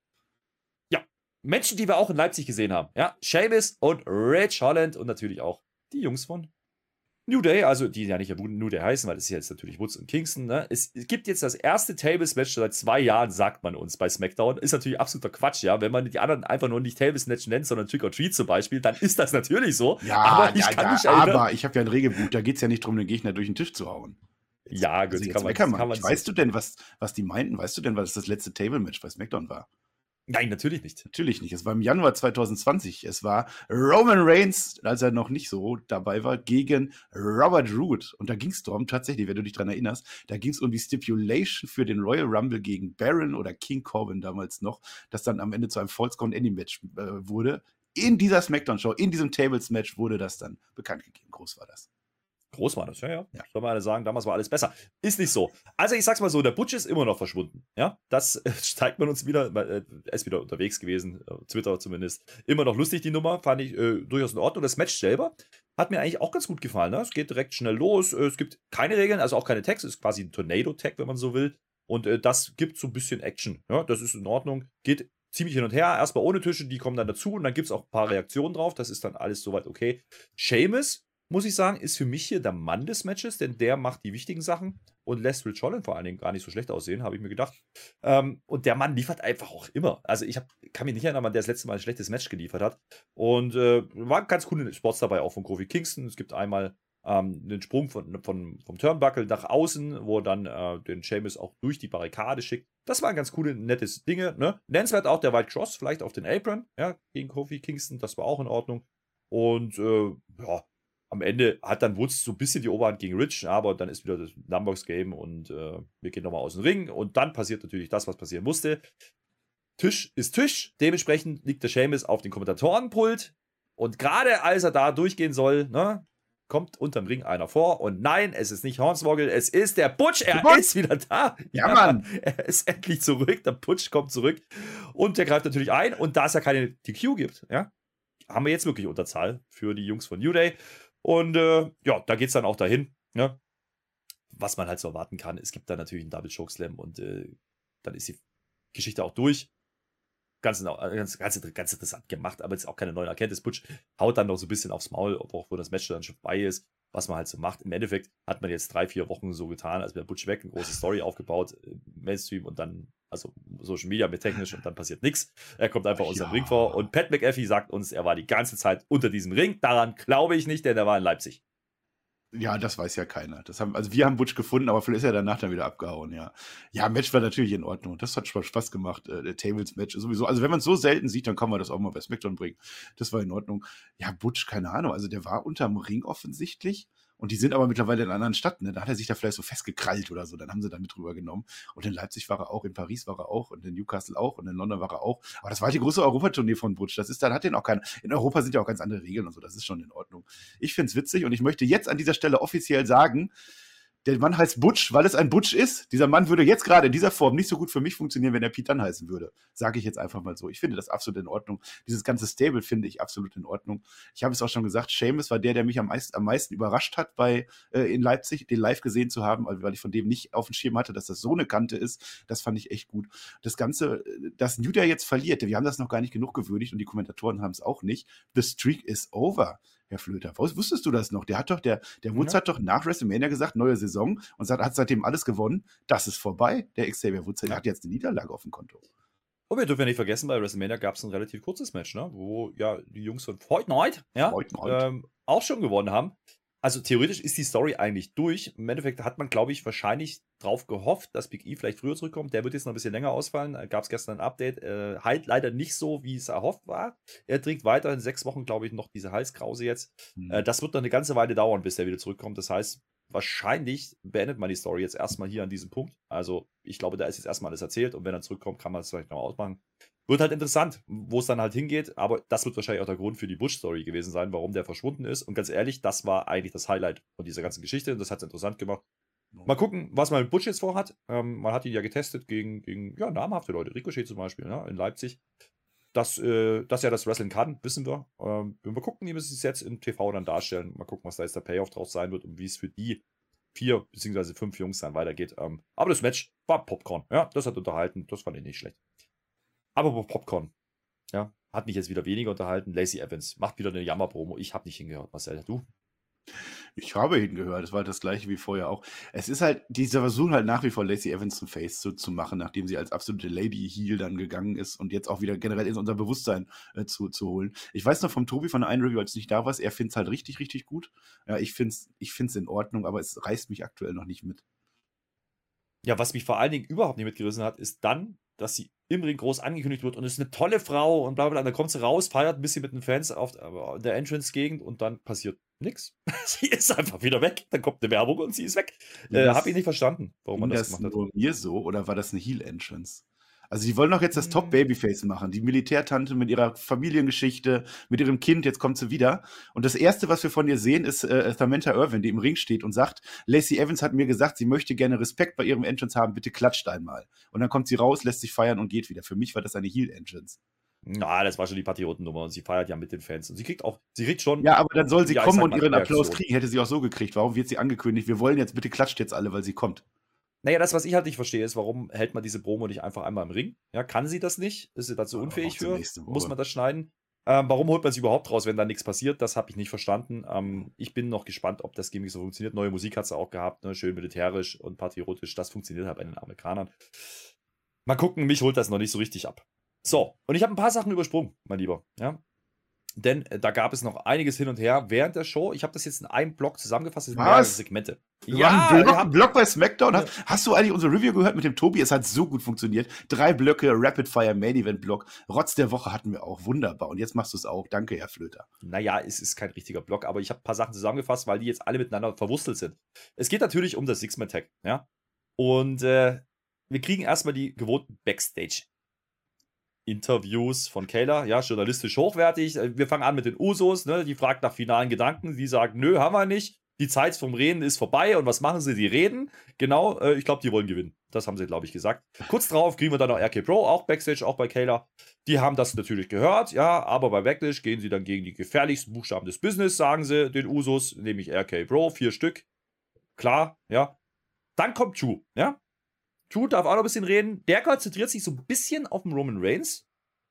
Ja, Menschen, die wir auch in Leipzig gesehen haben. Ja, Sheamus und Rich Holland und natürlich auch die Jungs von New Day, also die ja nicht New Day heißen, weil das ist jetzt natürlich Woods und Kingston. Ne? Es, es gibt jetzt das erste Tables-Match seit zwei Jahren, sagt man uns bei SmackDown. Ist natürlich absoluter Quatsch, ja. Wenn man die anderen einfach nur nicht Tables-Match nennt, sondern Trick or Treat zum Beispiel, dann ist das natürlich so. Ja, aber ich ja, kann ja, mich erinnern. Aber ich habe ja ein Regelbuch, da geht es ja nicht darum, den Gegner durch den Tisch zu hauen. Jetzt, ja, gut, also jetzt kann man, kann man, kann man Weißt du denn, was, was die meinten? Weißt du denn, was das letzte Table-Match bei SmackDown war? Nein, natürlich nicht. Natürlich nicht. Es war im Januar zwanzig zwanzig. Es war Roman Reigns, als er noch nicht so dabei war, gegen Robert Roode. Und da ging es darum, tatsächlich, wenn du dich dran erinnerst, da ging es um die Stipulation für den Royal Rumble gegen Baron oder King Corbin damals noch, das dann am Ende zu einem Falls Count Anywhere Match äh, wurde. In dieser Smackdown-Show, in diesem Tables-Match wurde das dann bekannt gegeben. Groß war das. Groß war das, ja, ja. Ja. Soll man alle sagen, damals war alles besser. Ist nicht so. Also ich sag's mal so, der Butch ist immer noch verschwunden. Ja, das äh, zeigt man uns wieder. Äh, er ist wieder unterwegs gewesen, äh, Twitter zumindest. Immer noch lustig, die Nummer. Fand ich äh, durchaus in Ordnung. Das Match selber hat mir eigentlich auch ganz gut gefallen. Ne? Es geht direkt schnell los. Äh, es gibt keine Regeln, also auch keine Tags. Es ist quasi ein Tornado-Tag, wenn man so will. Und äh, das gibt so ein bisschen Action. Ja? Das ist in Ordnung. Geht ziemlich hin und her. Erstmal ohne Tische, die kommen dann dazu. Und dann gibt es auch ein paar Reaktionen drauf. Das ist dann alles soweit okay. Sheamus, muss ich sagen, ist für mich hier der Mann des Matches, denn der macht die wichtigen Sachen und lässt Rich Holland vor allen Dingen gar nicht so schlecht aussehen, habe ich mir gedacht. Ähm, und der Mann liefert einfach auch immer. Also ich hab, kann mich nicht erinnern, wann der das letzte Mal ein schlechtes Match geliefert hat. Und äh, waren ganz coole Spots dabei, auch von Kofi Kingston. Es gibt einmal ähm, den Sprung von, von, vom Turnbuckle nach außen, wo er dann äh, den Sheamus auch durch die Barrikade schickt. Das waren ganz coole, nette Dinge. Ne? Nennenswert auch der White Cross, vielleicht auf den Apron, ja, gegen Kofi Kingston. Das war auch in Ordnung. Und äh, ja, am Ende hat dann Woods so ein bisschen die Oberhand gegen Rich, aber dann ist wieder das Numbers-Game und äh, wir gehen nochmal aus dem Ring und dann passiert natürlich das, was passieren musste. Tisch ist Tisch, dementsprechend liegt der Sheamus auf dem Kommentatorenpult und gerade als er da durchgehen soll, ne, kommt unterm Ring einer vor und nein, es ist nicht Hornswoggle, es ist der Butch, er Butch. ist wieder da. Ja, ja, Mann. Er ist endlich zurück, der Butch kommt zurück und der greift natürlich ein und da es ja keine T Q gibt, ja, haben wir jetzt wirklich Unterzahl für die Jungs von New Day. Und äh, ja, da geht es dann auch dahin, ne? Was man halt so erwarten kann. Es gibt dann natürlich einen Double Chokeslam und äh, dann ist die Geschichte auch durch. Ganz, ganz, ganz, ganz interessant gemacht, aber jetzt auch keine neuen Erkenntnis. Butch haut dann noch so ein bisschen aufs Maul, obwohl das Match dann schon vorbei ist, was man halt so macht. Im Endeffekt hat man jetzt drei, vier Wochen so getan, als wäre Butch weg, eine große Story aufgebaut, Mainstream und dann, also Social Media mit technisch und dann passiert nichts. Er kommt einfach aus Ja. dem Ring vor und Pat McAfee sagt uns, er war die ganze Zeit unter diesem Ring. Daran glaube ich nicht, denn er war in Leipzig. Ja, das weiß ja keiner. Das haben, also wir haben Butch gefunden, aber vielleicht ist er danach dann wieder abgehauen, ja. Ja, Match war natürlich in Ordnung. Das hat schon Spaß gemacht. Äh, der Tables-Match sowieso. Also wenn man es so selten sieht, dann kann man das auch mal bei SmackDown bringen. Das war in Ordnung. Ja, Butch, keine Ahnung. Also der war unterm Ring offensichtlich. Und die sind aber mittlerweile in einer anderen Stadt. Ne? Da hat er sich da vielleicht so festgekrallt oder so. Dann haben sie da mit drüber genommen. Und in Leipzig war er auch, in Paris war er auch und in Newcastle auch und in London war er auch. Aber das war die große Europatournee von Butch. Das ist, dann hat den auch keiner. In Europa sind ja auch ganz andere Regeln und so. Das ist schon in Ordnung. Ich finde es witzig und ich möchte jetzt an dieser Stelle offiziell sagen, der Mann heißt Butch, weil es ein Butch ist. Dieser Mann würde jetzt gerade in dieser Form nicht so gut für mich funktionieren, wenn er Pete Dunne heißen würde. Sage ich jetzt einfach mal so. Ich finde das absolut in Ordnung. Dieses ganze Stable finde ich absolut in Ordnung. Ich habe es auch schon gesagt, Sheamus war der, der mich am meisten, am meisten überrascht hat, bei, äh, in Leipzig, den live gesehen zu haben, weil ich von dem nicht auf dem Schirm hatte, dass das so eine Kante ist. Das fand ich echt gut. Das Ganze, dass New Day jetzt verliert, wir haben das noch gar nicht genug gewürdigt und die Kommentatoren haben es auch nicht. The streak is over. Herr Flöter, wusstest du das noch? Der hat doch, der, der Woods Ja. hat doch nach WrestleMania gesagt, neue Saison und sagt, hat seitdem alles gewonnen. Das ist vorbei. Der Xavier Woods der hat jetzt eine Niederlage auf dem Konto. Und wir dürfen ja nicht vergessen, bei WrestleMania gab es ein relativ kurzes Match, ne? Wo ja die Jungs von Fight Night, ja, Fight Night. ähm, auch schon gewonnen haben. Also theoretisch ist die Story eigentlich durch. Im Endeffekt hat man, glaube ich, wahrscheinlich drauf gehofft, dass Big E vielleicht früher zurückkommt. Der wird jetzt noch ein bisschen länger ausfallen. Gab es gestern ein Update. Äh, halt leider nicht so, wie es erhofft war. Er trägt weiterhin sechs Wochen, glaube ich, noch diese Halskrause jetzt. Hm. Äh, das wird noch eine ganze Weile dauern, bis er wieder zurückkommt. Das heißt, wahrscheinlich beendet man die Story jetzt erstmal hier an diesem Punkt. Also ich glaube, da ist jetzt erstmal alles erzählt und wenn er zurückkommt, kann man es vielleicht noch ausmachen. Wird halt interessant, wo es dann halt hingeht, aber das wird wahrscheinlich auch der Grund für die Butch-Story gewesen sein, warum der verschwunden ist. Und ganz ehrlich, das war eigentlich das Highlight von dieser ganzen Geschichte und das hat es interessant gemacht. Mal gucken, was man mit Butch jetzt vorhat. Ähm, man hat ihn ja getestet gegen, gegen ja, namhafte Leute. Ricochet zum Beispiel, ne, in Leipzig. Dass, äh, dass er das Wrestling kann, wissen wir. Ähm, wir gucken, wie wir es jetzt im T V dann darstellen. Mal gucken, was da jetzt der Payoff draus sein wird und wie es für die vier bzw. fünf Jungs dann weitergeht. Ähm, aber das Match war Popcorn. Ja, das hat unterhalten. Das fand ich nicht schlecht. Aber Popcorn, ja, hat mich jetzt wieder weniger unterhalten. Lacey Evans macht wieder eine Jammer-Promo. Ich habe nicht hingehört, Marcel. Du? Ich habe hingehört, es war das gleiche wie vorher auch. Es ist halt, dieser Versuch halt nach wie vor Lacey Evans zum Face zu, zu machen, nachdem sie als absolute Lady Heel dann gegangen ist und jetzt auch wieder generell in unser Bewusstsein äh, zu, zu holen. Ich weiß noch vom Tobi von der einen Review, als du nicht da warst, er findet es halt richtig, richtig gut. Ja, ich finde es ich find's in Ordnung, aber es reißt mich aktuell noch nicht mit. Ja, was mich vor allen Dingen überhaupt nicht mitgerissen hat, ist dann, dass sie im Ring groß angekündigt wird und es ist eine tolle Frau und bla bla bla. Dann kommt sie raus, feiert ein bisschen mit den Fans auf der Entrance-Gegend und dann passiert nichts. Sie ist einfach wieder weg. Dann kommt eine Werbung und sie ist weg. Äh, Das- hab ich nicht verstanden, warum man Ging das das gemacht hat. nur mir so oder war das eine Heel-Entrance? Also die wollen doch jetzt das Hm. Top-Babyface machen. Die Militärtante mit ihrer Familiengeschichte, mit ihrem Kind, jetzt kommt sie wieder. Und das Erste, was wir von ihr sehen, ist äh, Samantha Irvin, die im Ring steht und sagt, Lacey Evans hat mir gesagt, sie möchte gerne Respekt bei ihrem Entrance haben, bitte klatscht einmal. Und dann kommt sie raus, lässt sich feiern und geht wieder. Für mich war das eine Heel-Entrance. Na, das war schon die Patriotennummer und sie feiert ja mit den Fans. Und sie kriegt auch, sie kriegt schon. Ja, aber dann soll sie Ja, ich kommen sag und mal, ihren Applaus Reaktion. kriegen. Hätte sie auch so gekriegt. Warum wird sie angekündigt? Wir wollen jetzt, bitte klatscht jetzt alle, weil sie kommt. Naja, das, was ich halt nicht verstehe, ist, warum hält man diese Promo nicht einfach einmal im Ring? Ja, kann sie das nicht? Ist sie dazu Ja, unfähig macht sie für? nächste Woche. Muss man das schneiden? Ähm, warum holt man sie überhaupt raus, wenn da nichts passiert? Das habe ich nicht verstanden. Ähm, ich bin noch gespannt, ob das Gimmick so funktioniert. Neue Musik hat sie auch gehabt, ne? Schön militärisch und patriotisch. Das funktioniert halt bei den Amerikanern. Mal gucken, mich holt das noch nicht so richtig ab. So, und ich habe ein paar Sachen übersprungen, mein Lieber. Ja? Denn äh, da gab es noch einiges hin und her während der Show. Ich habe das jetzt in einem Block zusammengefasst. Das sind Was? mehrere Segmente. Wir machen einen wir Block, haben- Block bei SmackDown. Ja. Hast, hast du eigentlich unsere Review gehört mit dem Tobi? Es hat so gut funktioniert. Drei Blöcke, Rapid Fire Main Event Block. Rotz der Woche hatten wir auch. Wunderbar. Und jetzt machst du es auch. Danke, Herr Flöter. Naja, es ist kein richtiger Block, aber ich habe ein paar Sachen zusammengefasst, weil die jetzt alle miteinander verwurstelt sind. Es geht natürlich um das Six-Man-Tag, ja. Und äh, wir kriegen erstmal die gewohnten Backstage-Interviews von Kayla, ja, journalistisch hochwertig. Wir fangen an mit den Usos, ne? Die fragt nach finalen Gedanken, die sagen, nö, haben wir nicht. Die Zeit vom Reden ist vorbei und was machen sie? Die reden. Genau, äh, ich glaube, die wollen gewinnen. Das haben sie, glaube ich, gesagt. Kurz drauf kriegen wir dann noch R K Bro, auch Backstage, auch bei Kayla. Die haben das natürlich gehört, ja, aber bei Backlash gehen sie dann gegen die gefährlichsten Buchstaben des Business, sagen sie den Usos, nämlich R K Bro, vier Stück. Klar, ja. Dann kommt Drew, ja. Drew darf auch noch ein bisschen reden. Der konzentriert sich so ein bisschen auf den Roman Reigns.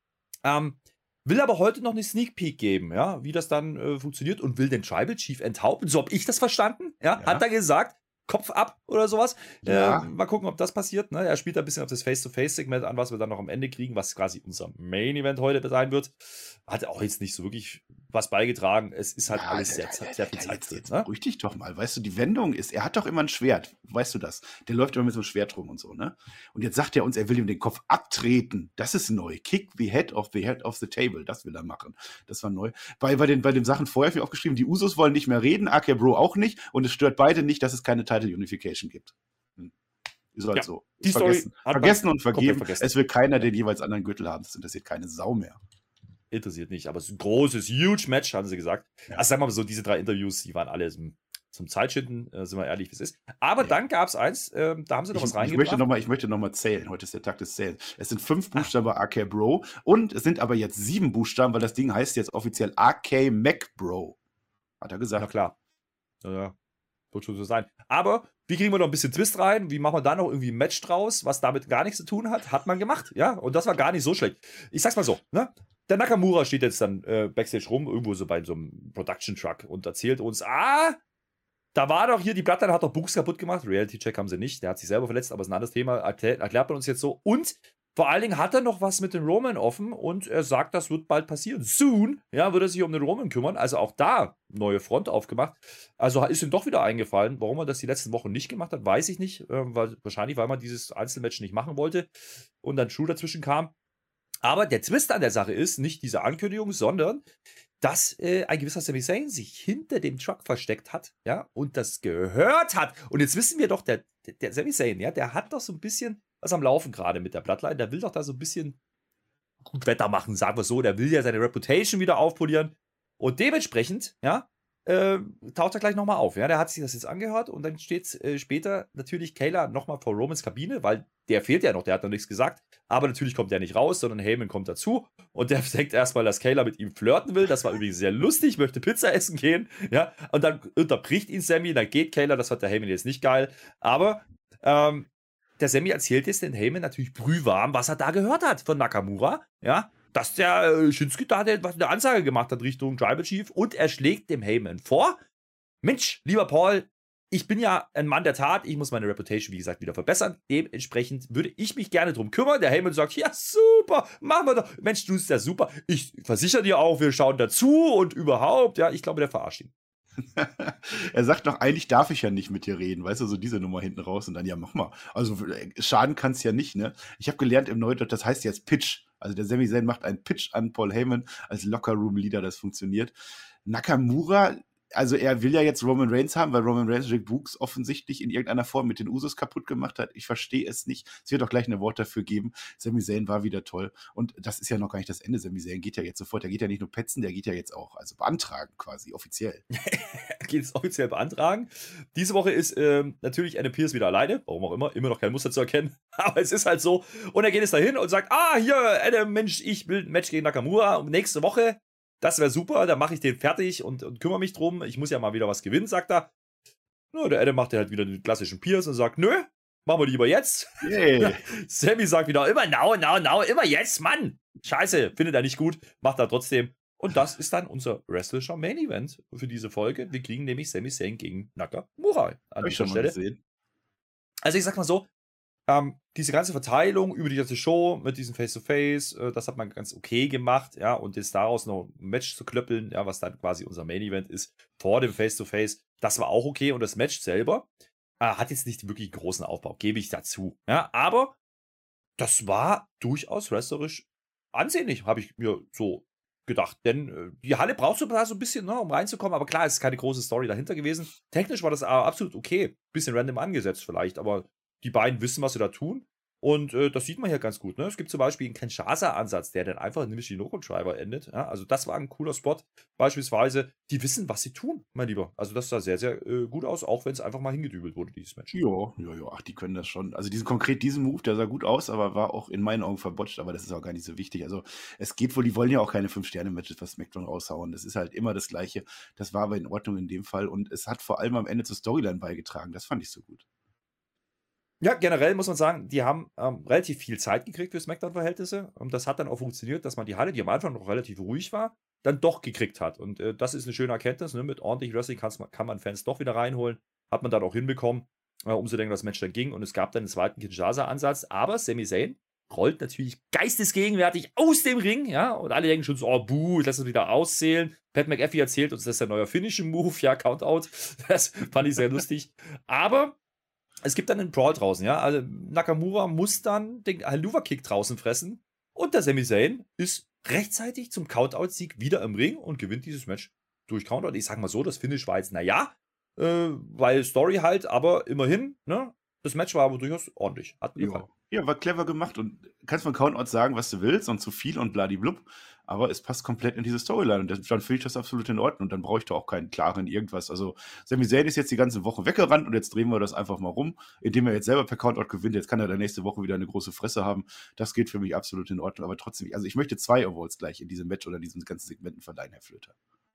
Ähm, will aber heute noch eine Sneak Peek geben, ja, wie das dann äh, funktioniert und will den Tribal Chief enthaupten. So habe ich das verstanden, ja? Ja. Hat er gesagt. Kopf ab oder sowas. Ja. Äh, mal gucken, ob das passiert. Ne? Er spielt ein bisschen auf das Face-to-Face-Segment an, was wir dann noch am Ende kriegen, was quasi unser Main-Event heute sein wird. Hat auch jetzt nicht so wirklich was beigetragen. Es ist halt Ja, alles der- sehr, der- sehr viel der- Zeit jetzt, drin. jetzt Ne? beruhig dich doch mal. Weißt du, die Wendung ist, er hat doch immer ein Schwert. Weißt du das? Der läuft immer mit so einem Schwert rum und so, ne? Und jetzt sagt er uns, er will ihm den Kopf abtreten. Das ist neu. Kick the head of the head of the table. Das will er machen. Das war neu. Bei, bei, den, bei den Sachen vorher habe ich aufgeschrieben, die Usos wollen nicht mehr reden, A K Bro auch nicht. Und es stört beide nicht, dass es keine Title Unification gibt. Hm. Ist halt Ja, so. die Ist Story vergessen, hat man vergessen und komplett vergeben. vergessen. Es will keiner den jeweils anderen Gürtel haben. Das interessiert keine Sau mehr. Interessiert nicht, aber es ist ein großes, huge Match, haben sie gesagt. Ja. Also sagen wir mal so, diese drei Interviews, die waren alle zum, zum Zeitschinden, äh, sind wir ehrlich, wie es ist. Aber Ja. dann gab es eins, ähm, da haben sie noch Ich, was ich reingebracht. möchte nochmal noch mal zählen. Heute ist der Tag des Zählens. Es sind fünf Buchstaben A K Bro und es sind aber jetzt sieben Buchstaben, weil das Ding heißt jetzt offiziell A K Mac Bro. Hat er Na gesagt. klar. Ja, ja. Wird schon so sein. Aber wie kriegen wir noch ein bisschen Twist rein? Wie machen wir da noch irgendwie ein Match draus, was damit gar nichts zu tun hat? Hat man gemacht, ja. Und das war gar nicht so schlecht. Ich sag's mal so, ne? Der Nakamura steht jetzt dann äh, Backstage rum, irgendwo so bei so einem Production-Truck und erzählt uns, ah, da war doch hier, die Bloodline hat doch Buchs kaputt gemacht. Reality-Check haben sie nicht. Der hat sich selber verletzt, aber ist ein anderes Thema. Erklärt, erklärt man uns jetzt so. Und vor allen Dingen hat er noch was mit den Roman offen und er sagt, das wird bald passieren. Soon, ja, wird er sich um den Roman kümmern. Also auch da neue Front aufgemacht. Also ist ihm doch wieder eingefallen. Warum er das die letzten Wochen nicht gemacht hat, weiß ich nicht. Ähm, weil, wahrscheinlich, weil man dieses Einzelmatch nicht machen wollte und dann Drew dazwischen kam. Aber der Twist an der Sache ist nicht diese Ankündigung, sondern dass äh, ein gewisser Sami Zayn sich hinter dem Truck versteckt hat, ja, und das gehört hat. Und jetzt wissen wir doch, der, der, der Sami Zayn, ja, der hat doch so ein bisschen was am Laufen gerade mit der Bloodline. Der will doch da so ein bisschen gut Wetter machen, sagen wir so. Der will ja seine Reputation wieder aufpolieren. Und dementsprechend, ja, äh, taucht er gleich nochmal auf. Ja? Der hat sich das jetzt angehört und dann steht äh, später natürlich Kayla nochmal vor Romans Kabine, weil der fehlt ja noch, der hat noch nichts gesagt. Aber natürlich kommt der nicht raus, sondern Heyman kommt dazu und der denkt erstmal, dass Kayla mit ihm flirten will. Das war übrigens sehr lustig, möchte Pizza essen gehen. Ja? Und dann unterbricht ihn Sammy, dann geht Kayla, das hat der Heyman jetzt nicht geil. Aber ähm, der Sammy erzählt jetzt den Heyman natürlich brühwarm, was er da gehört hat von Nakamura. Ja, dass der äh, Shinsuke da der, was eine Ansage gemacht hat Richtung Tribal Chief und er schlägt dem Heyman vor. Mensch, lieber Paul, ich bin ja ein Mann der Tat, ich muss meine Reputation, wie gesagt, wieder verbessern. Dementsprechend würde ich mich gerne drum kümmern. Der Heyman sagt, ja super, machen wir doch. Mensch, du bist ja super. Ich versichere dir auch, wir schauen dazu und überhaupt. Ja, ich glaube, der verarscht ihn. Er sagt noch, eigentlich darf ich ja nicht mit dir reden, weißt du, so diese Nummer hinten raus und dann, ja, mach mal. Also schaden kann es ja nicht, ne? Ich habe gelernt im Neudeutsch, das heißt jetzt Pitch. Also der Sami Zayn macht einen Pitch an Paul Heyman als Locker-Room-Leader, das funktioniert. Nakamura, also er will ja jetzt Roman Reigns haben, weil Roman Reigns Rick Books offensichtlich in irgendeiner Form mit den Usos kaputt gemacht hat. Ich verstehe es nicht. Es wird auch gleich ein Wort dafür geben. Sami Zayn war wieder toll. Und das ist ja noch gar nicht das Ende. Sami Zayn geht ja jetzt sofort. Der geht ja nicht nur petzen, der geht ja jetzt auch, also beantragen quasi, offiziell. Er geht es offiziell beantragen. Diese Woche ist ähm, natürlich Adam Pearce wieder alleine. Warum auch immer. Immer noch kein Muster zu erkennen. Aber es ist halt so. Und er geht jetzt dahin und sagt, ah, hier, Adam, Mensch, ich will ein Match gegen Nakamura. Und nächste Woche, das wäre super, dann mache ich den fertig und, und kümmere mich drum. Ich muss ja mal wieder was gewinnen, sagt er. Na, der Adam macht halt wieder den klassischen Pierce und sagt, nö, machen wir lieber jetzt. Yeah. Sammy sagt wieder, immer now, now, now, immer jetzt, Mann. Scheiße, findet er nicht gut, macht er trotzdem. Und das ist dann unser Wrestler Main Event für diese Folge. Wir kriegen nämlich Sami Zayn gegen Nakamura an dieser Stelle. Gesehen. Also ich sag mal so, Ähm, diese ganze Verteilung über die ganze Show mit diesem Face-to-Face, äh, das hat man ganz okay gemacht, ja, und jetzt daraus noch ein Match zu klöppeln, ja, was dann quasi unser Main-Event ist, vor dem Face-to-Face, das war auch okay und das Match selber äh, hat jetzt nicht wirklich großen Aufbau, gebe ich dazu, ja, aber das war durchaus wrestlerisch ansehnlich, habe ich mir so gedacht, denn äh, die Halle braucht so, so ein bisschen, ne, um reinzukommen, aber klar, es ist keine große Story dahinter gewesen, technisch war das aber absolut okay, bisschen random angesetzt vielleicht, aber die beiden wissen, was sie da tun. Und äh, das sieht man hier ganz gut. Ne? Es gibt zum Beispiel einen Kinshasa-Ansatz, der dann einfach in Michinoku-Driver endet. Ja? Also das war ein cooler Spot. Beispielsweise, die wissen, was sie tun, mein Lieber. Also das sah sehr, sehr äh, gut aus, auch wenn es einfach mal hingedübelt wurde, dieses Match. Ja, ja, ja, ach, die können das schon. Also diesen konkret diesen Move, der sah gut aus, aber war auch in meinen Augen verbotscht, aber das ist auch gar nicht so wichtig. Also es geht wohl, die wollen ja auch keine fünf-Sterne-Matches für SmackDown raushauen. Das ist halt immer das Gleiche. Das war aber in Ordnung in dem Fall und es hat vor allem am Ende zur Storyline beigetragen. Das fand ich so gut. Ja, generell muss man sagen, die haben ähm, relativ viel Zeit gekriegt für Smackdown-Verhältnisse. Und das hat dann auch funktioniert, dass man die Halle, die am Anfang noch relativ ruhig war, dann doch gekriegt hat. Und äh, das ist eine schöne Erkenntnis. Ne? Mit ordentlich Wrestling kann man Fans doch wieder reinholen. Hat man dann auch hinbekommen, äh, umso länger das Match dann ging. Und es gab dann einen zweiten Kinshasa-Ansatz. Aber Sami Zayn rollt natürlich geistesgegenwärtig aus dem Ring. Ja? Und alle denken schon so, oh, buh, lass uns wieder auszählen. Pat McAfee erzählt uns, das ist der neue Finishing-Move. Ja, Countout. Das fand ich sehr lustig. Aber es gibt dann einen Brawl draußen, ja. Also Nakamura muss dann den Helluva-Kick draußen fressen. Und der Sami Zayn ist rechtzeitig zum Countout-Sieg wieder im Ring und gewinnt dieses Match durch Countout. Ich sag mal so, das Finish war jetzt, naja, äh, weil Story halt, aber immerhin, ne? Das Match war aber durchaus ordentlich. Hat mir gefallen. Ja, war clever gemacht und kannst von Countout sagen, was du willst und zu viel und bladiblub, aber es passt komplett in diese Storyline und dann finde ich das absolut in Ordnung und dann brauche ich da auch keinen klaren irgendwas. Also Sami Zayn ist jetzt die ganze Woche weggerannt und jetzt drehen wir das einfach mal rum, indem er jetzt selber per Countout gewinnt. Jetzt kann er dann nächste Woche wieder eine große Fresse haben. Das geht für mich absolut in Ordnung, aber trotzdem, also ich möchte zwei Awards gleich in diesem Match oder in diesen ganzen Segmenten verleihen, Herr Flöter.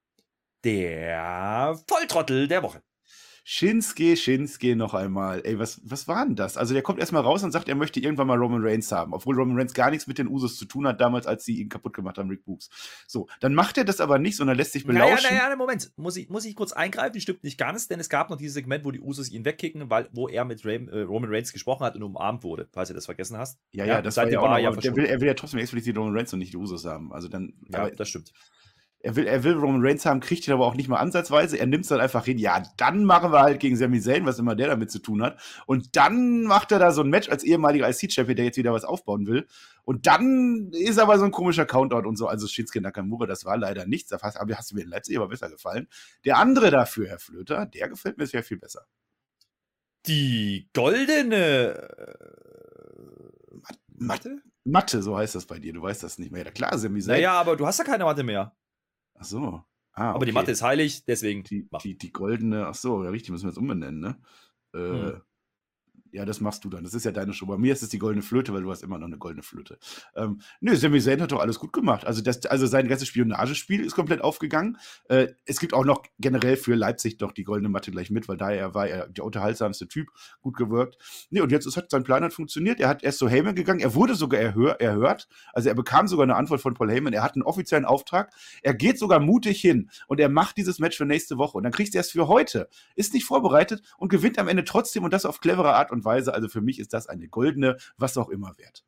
Der Volltrottel der Woche. Shinsuke, Shinsuke noch einmal. Ey, was, was war denn das? Also der kommt erstmal raus und sagt, er möchte irgendwann mal Roman Reigns haben, obwohl Roman Reigns gar nichts mit den Usos zu tun hat, damals, als sie ihn kaputt gemacht haben, Rick Books. So, dann macht er das aber nicht, sondern lässt sich belauschen. Naja, naja, Moment. Muss ich, muss ich kurz eingreifen? Stimmt nicht ganz, denn es gab noch dieses Segment, wo die Usos ihn wegkicken, weil, wo er mit Ray, äh, Roman Reigns gesprochen hat und umarmt wurde, falls ihr das vergessen hast. Ja, ja, ja das war ja auch war noch, ja der will, er will ja trotzdem explizit Roman Reigns und nicht die Usos haben. Also dann, ja, aber, das stimmt. Er will, er will Roman Reigns haben, kriegt ihn aber auch nicht mal ansatzweise. Er nimmt es dann einfach hin. Ja, dann machen wir halt gegen Sami Zayn, was immer der damit zu tun hat. Und dann macht er da so ein Match als ehemaliger I C-Champion, der jetzt wieder was aufbauen will. Und dann ist aber so ein komischer Countout und so. Also Shinsuke Nakamura, das war leider nichts. Da hast, aber hast du mir in Leipzig aber besser gefallen. Der andere dafür, Herr Flöter, der gefällt mir sehr viel besser. Die goldene Mat Matte? Matte, so heißt das bei dir. Du weißt das nicht mehr. Ja, klar, Sami Zayn. Naja, aber du hast ja keine Matte mehr. Ach so. Ah, Aber die okay. Matte ist heilig, deswegen Die, mach. die, die goldene, ach so, ja, richtig, müssen wir jetzt umbenennen, ne? Äh, Hm. Ja, das machst du dann. Das ist ja deine Show. Bei mir ist es die goldene Flöte, weil du hast immer noch eine goldene Flöte. Ähm, nö, Sami Zayn hat doch alles gut gemacht. Also, das, also sein ganzes Spionagespiel ist komplett aufgegangen. Äh, es gibt auch noch generell für Leipzig doch die goldene Matte gleich mit, weil daher war er der unterhaltsamste Typ, gut gewirkt. Nee, und jetzt ist, hat sein Plan hat funktioniert. Er hat erst zu Heyman gegangen. Er wurde sogar erhör, erhört. Also er bekam sogar eine Antwort von Paul Heyman. Er hat einen offiziellen Auftrag. Er geht sogar mutig hin und er macht dieses Match für nächste Woche. Und dann kriegst du erst für heute. Ist nicht vorbereitet und gewinnt am Ende trotzdem und das auf clevere Art und Weise. Also für mich ist das eine goldene, was auch immer wert.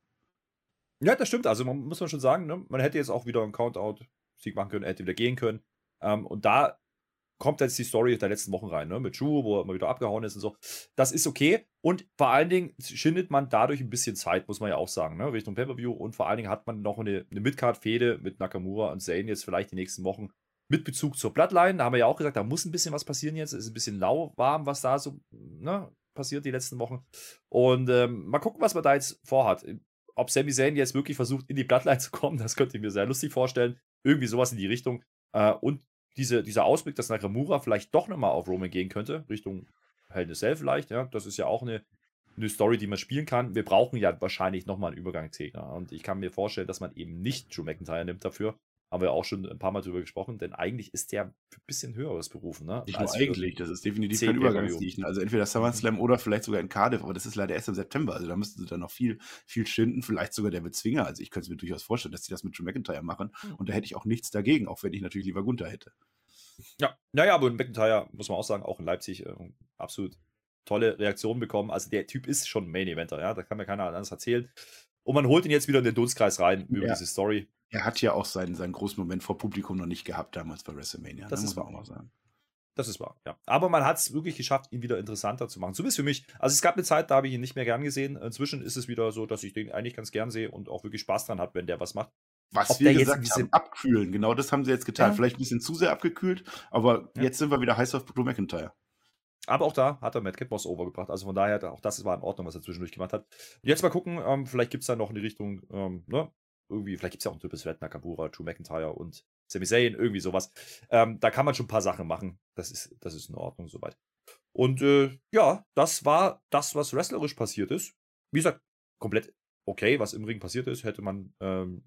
Ja, das stimmt. Also man muss man schon sagen, ne? Man hätte jetzt auch wieder einen Countout-Sieg machen können, er hätte wieder gehen können. Ähm, und da kommt jetzt die Story der letzten Wochen rein, ne? Mit Drew, wo er mal wieder abgehauen ist und so. Das ist okay. Und vor allen Dingen schindet man dadurch ein bisschen Zeit, muss man ja auch sagen, ne? Richtung Pay-Per-View. Und vor allen Dingen hat man noch eine, eine Mid-Card-Fehde mit Nakamura und Zayn jetzt vielleicht die nächsten Wochen mit Bezug zur Bloodline. Da haben wir ja auch gesagt, da muss ein bisschen was passieren jetzt. Es ist ein bisschen lauwarm, was da so, ne, passiert die letzten Wochen. Und ähm, mal gucken, was man da jetzt vorhat. Ob Sami Zayn jetzt wirklich versucht, in die Bloodline zu kommen, das könnte ich mir sehr lustig vorstellen. Irgendwie sowas in die Richtung. Äh, und diese, dieser Ausblick, dass Nakamura vielleicht doch nochmal auf Roman gehen könnte, Richtung Hell in a Cell vielleicht, ja, das ist ja auch eine, eine Story, die man spielen kann. Wir brauchen ja wahrscheinlich nochmal einen Übergangsgegner. Und ich kann mir vorstellen, dass man eben nicht Drew McIntyre nimmt dafür. Haben wir auch schon ein paar Mal drüber gesprochen, denn eigentlich ist der für ein bisschen höheres berufen. Ne? Nicht nur Als eigentlich, das ist definitiv zehn kein Pay-Per-View. Übergangsdienst. Also entweder SummerSlam oder vielleicht sogar in Cardiff, aber das ist leider erst im September. Also da müssten sie dann noch viel, viel schinden, vielleicht sogar der Bezwinger. Also ich könnte es mir durchaus vorstellen, dass sie das mit Drew McIntyre machen. Und da hätte ich auch nichts dagegen, auch wenn ich natürlich lieber Gunther hätte. Ja, naja, aber McIntyre, muss man auch sagen, auch in Leipzig äh, absolut tolle Reaktionen bekommen. Also der Typ ist schon Main-Eventer, ja, da kann mir keiner anders erzählen. Und man holt ihn jetzt wieder in den Dunstkreis rein über Ja. diese Story. Er hat ja auch seinen, seinen großen Moment vor Publikum noch nicht gehabt, damals bei WrestleMania. Das ne, ist muss man wahr. auch mal sagen. Das ist wahr, ja. Aber man hat es wirklich geschafft, ihn wieder interessanter zu machen. Zumindest für mich. Also es gab eine Zeit, da habe ich ihn nicht mehr gern gesehen. Inzwischen ist es wieder so, dass ich den eigentlich ganz gern sehe und auch wirklich Spaß dran hat, wenn der was macht. Was Ob wir der jetzt gesagt ein bisschen- haben, abkühlen, genau das haben sie jetzt getan. Ja. Vielleicht ein bisschen zu sehr abgekühlt, aber Ja. jetzt sind wir wieder heiß auf Drew McIntyre. Aber auch da hat er Matt Catboss overgebracht. Also von daher, auch das war in Ordnung, was er zwischendurch gemacht hat. Jetzt mal gucken, ähm, vielleicht gibt es da noch in die Richtung, ähm, ne? Irgendwie, vielleicht gibt es ja auch ein Triple Threat, Nakamura, Drew McIntyre und Sami Zayn, irgendwie sowas. Ähm, da kann man schon ein paar Sachen machen. Das ist, das ist in Ordnung soweit. Und äh, ja, das war das, was wrestlerisch passiert ist. Wie gesagt, komplett okay, was im Ring passiert ist. Hätte man ähm,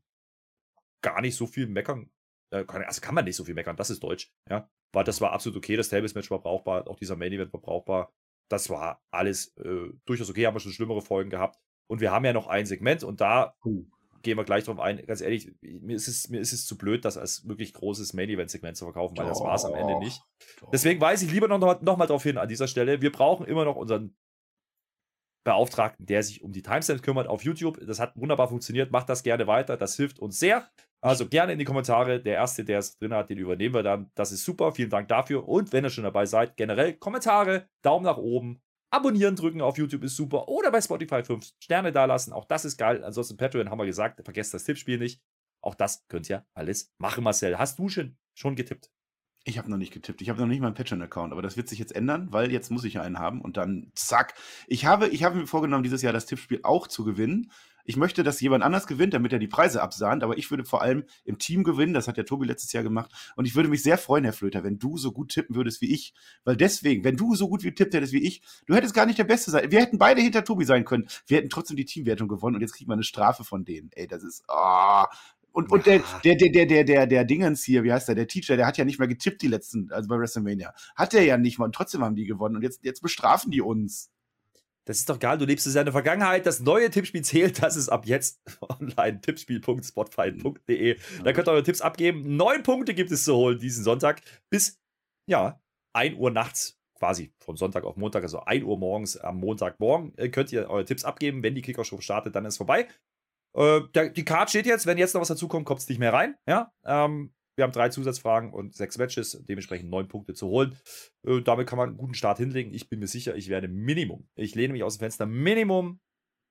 gar nicht so viel meckern. Äh, kann, also kann man nicht so viel meckern, das ist Deutsch. Ja, weil das war absolut okay. Das Tables-Match war brauchbar, auch dieser Main-Event war brauchbar. Das war alles äh, durchaus okay. Haben wir schon schlimmere Folgen gehabt. Und wir haben ja noch ein Segment und da Uh. gehen wir gleich drauf ein. Ganz ehrlich, mir ist es, mir ist es zu blöd, das als wirklich großes Main-Event-Segment zu verkaufen, weil das war es am Ende Doch, nicht. doch. Deswegen weise ich lieber noch, noch, noch mal darauf hin an dieser Stelle. Wir brauchen immer noch unseren Beauftragten, der sich um die Timestamps kümmert auf YouTube. Das hat wunderbar funktioniert. Macht das gerne weiter. Das hilft uns sehr. Also gerne in die Kommentare. Der Erste, der es drin hat, den übernehmen wir dann. Das ist super. Vielen Dank dafür. Und wenn ihr schon dabei seid, generell Kommentare, Daumen nach oben, abonnieren drücken auf YouTube ist super. Oder bei Spotify fünf Sterne dalassen. Auch das ist geil. Ansonsten Patreon haben wir gesagt. Vergesst das Tippspiel nicht. Auch das könnt ihr alles machen, Marcel. Hast du schon, schon getippt? Ich habe noch nicht getippt. Ich habe noch nicht mal einen Patreon-Account, aber das wird sich jetzt ändern, weil jetzt muss ich ja einen haben und dann zack. Ich habe, ich habe mir vorgenommen, dieses Jahr das Tippspiel auch zu gewinnen. Ich möchte, dass jemand anders gewinnt, damit er die Preise absahnt, aber ich würde vor allem im Team gewinnen. Das hat der Tobi letztes Jahr gemacht. Und ich würde mich sehr freuen, Herr Flöter, wenn du so gut tippen würdest wie ich. Weil deswegen, wenn du so gut getippt hättest wie ich, du hättest gar nicht der Beste sein. Wir hätten beide hinter Tobi sein können. Wir hätten trotzdem die Teamwertung gewonnen und jetzt kriegt man eine Strafe von denen. Ey, das ist, ah. Und, und der, der, der, der, der, der, der Dingens hier, wie heißt der, der Teacher, der hat ja nicht mehr getippt die letzten, also bei WrestleMania. Hat der ja nicht mal und trotzdem haben die gewonnen und jetzt, jetzt bestrafen die uns. Das ist doch egal, du lebst in deiner Vergangenheit. Das neue Tippspiel zählt, das ist ab jetzt online. tippspiel punkt spotfight punkt de. Da könnt ihr eure Tipps abgeben. Neun Punkte gibt es zu holen diesen Sonntag bis, ja, ein Uhr nachts. Quasi von Sonntag auf Montag, also ein Uhr morgens am Montagmorgen äh, könnt ihr eure Tipps abgeben. Wenn die Kickoff-Show startet, dann ist es vorbei. Äh, der, die Card steht jetzt, wenn jetzt noch was dazukommt, kommt es nicht mehr rein. Ja, ähm, wir haben drei Zusatzfragen und sechs Matches, dementsprechend neun Punkte zu holen. Äh, damit kann man einen guten Start hinlegen. Ich bin mir sicher, ich werde Minimum, ich lehne mich aus dem Fenster, Minimum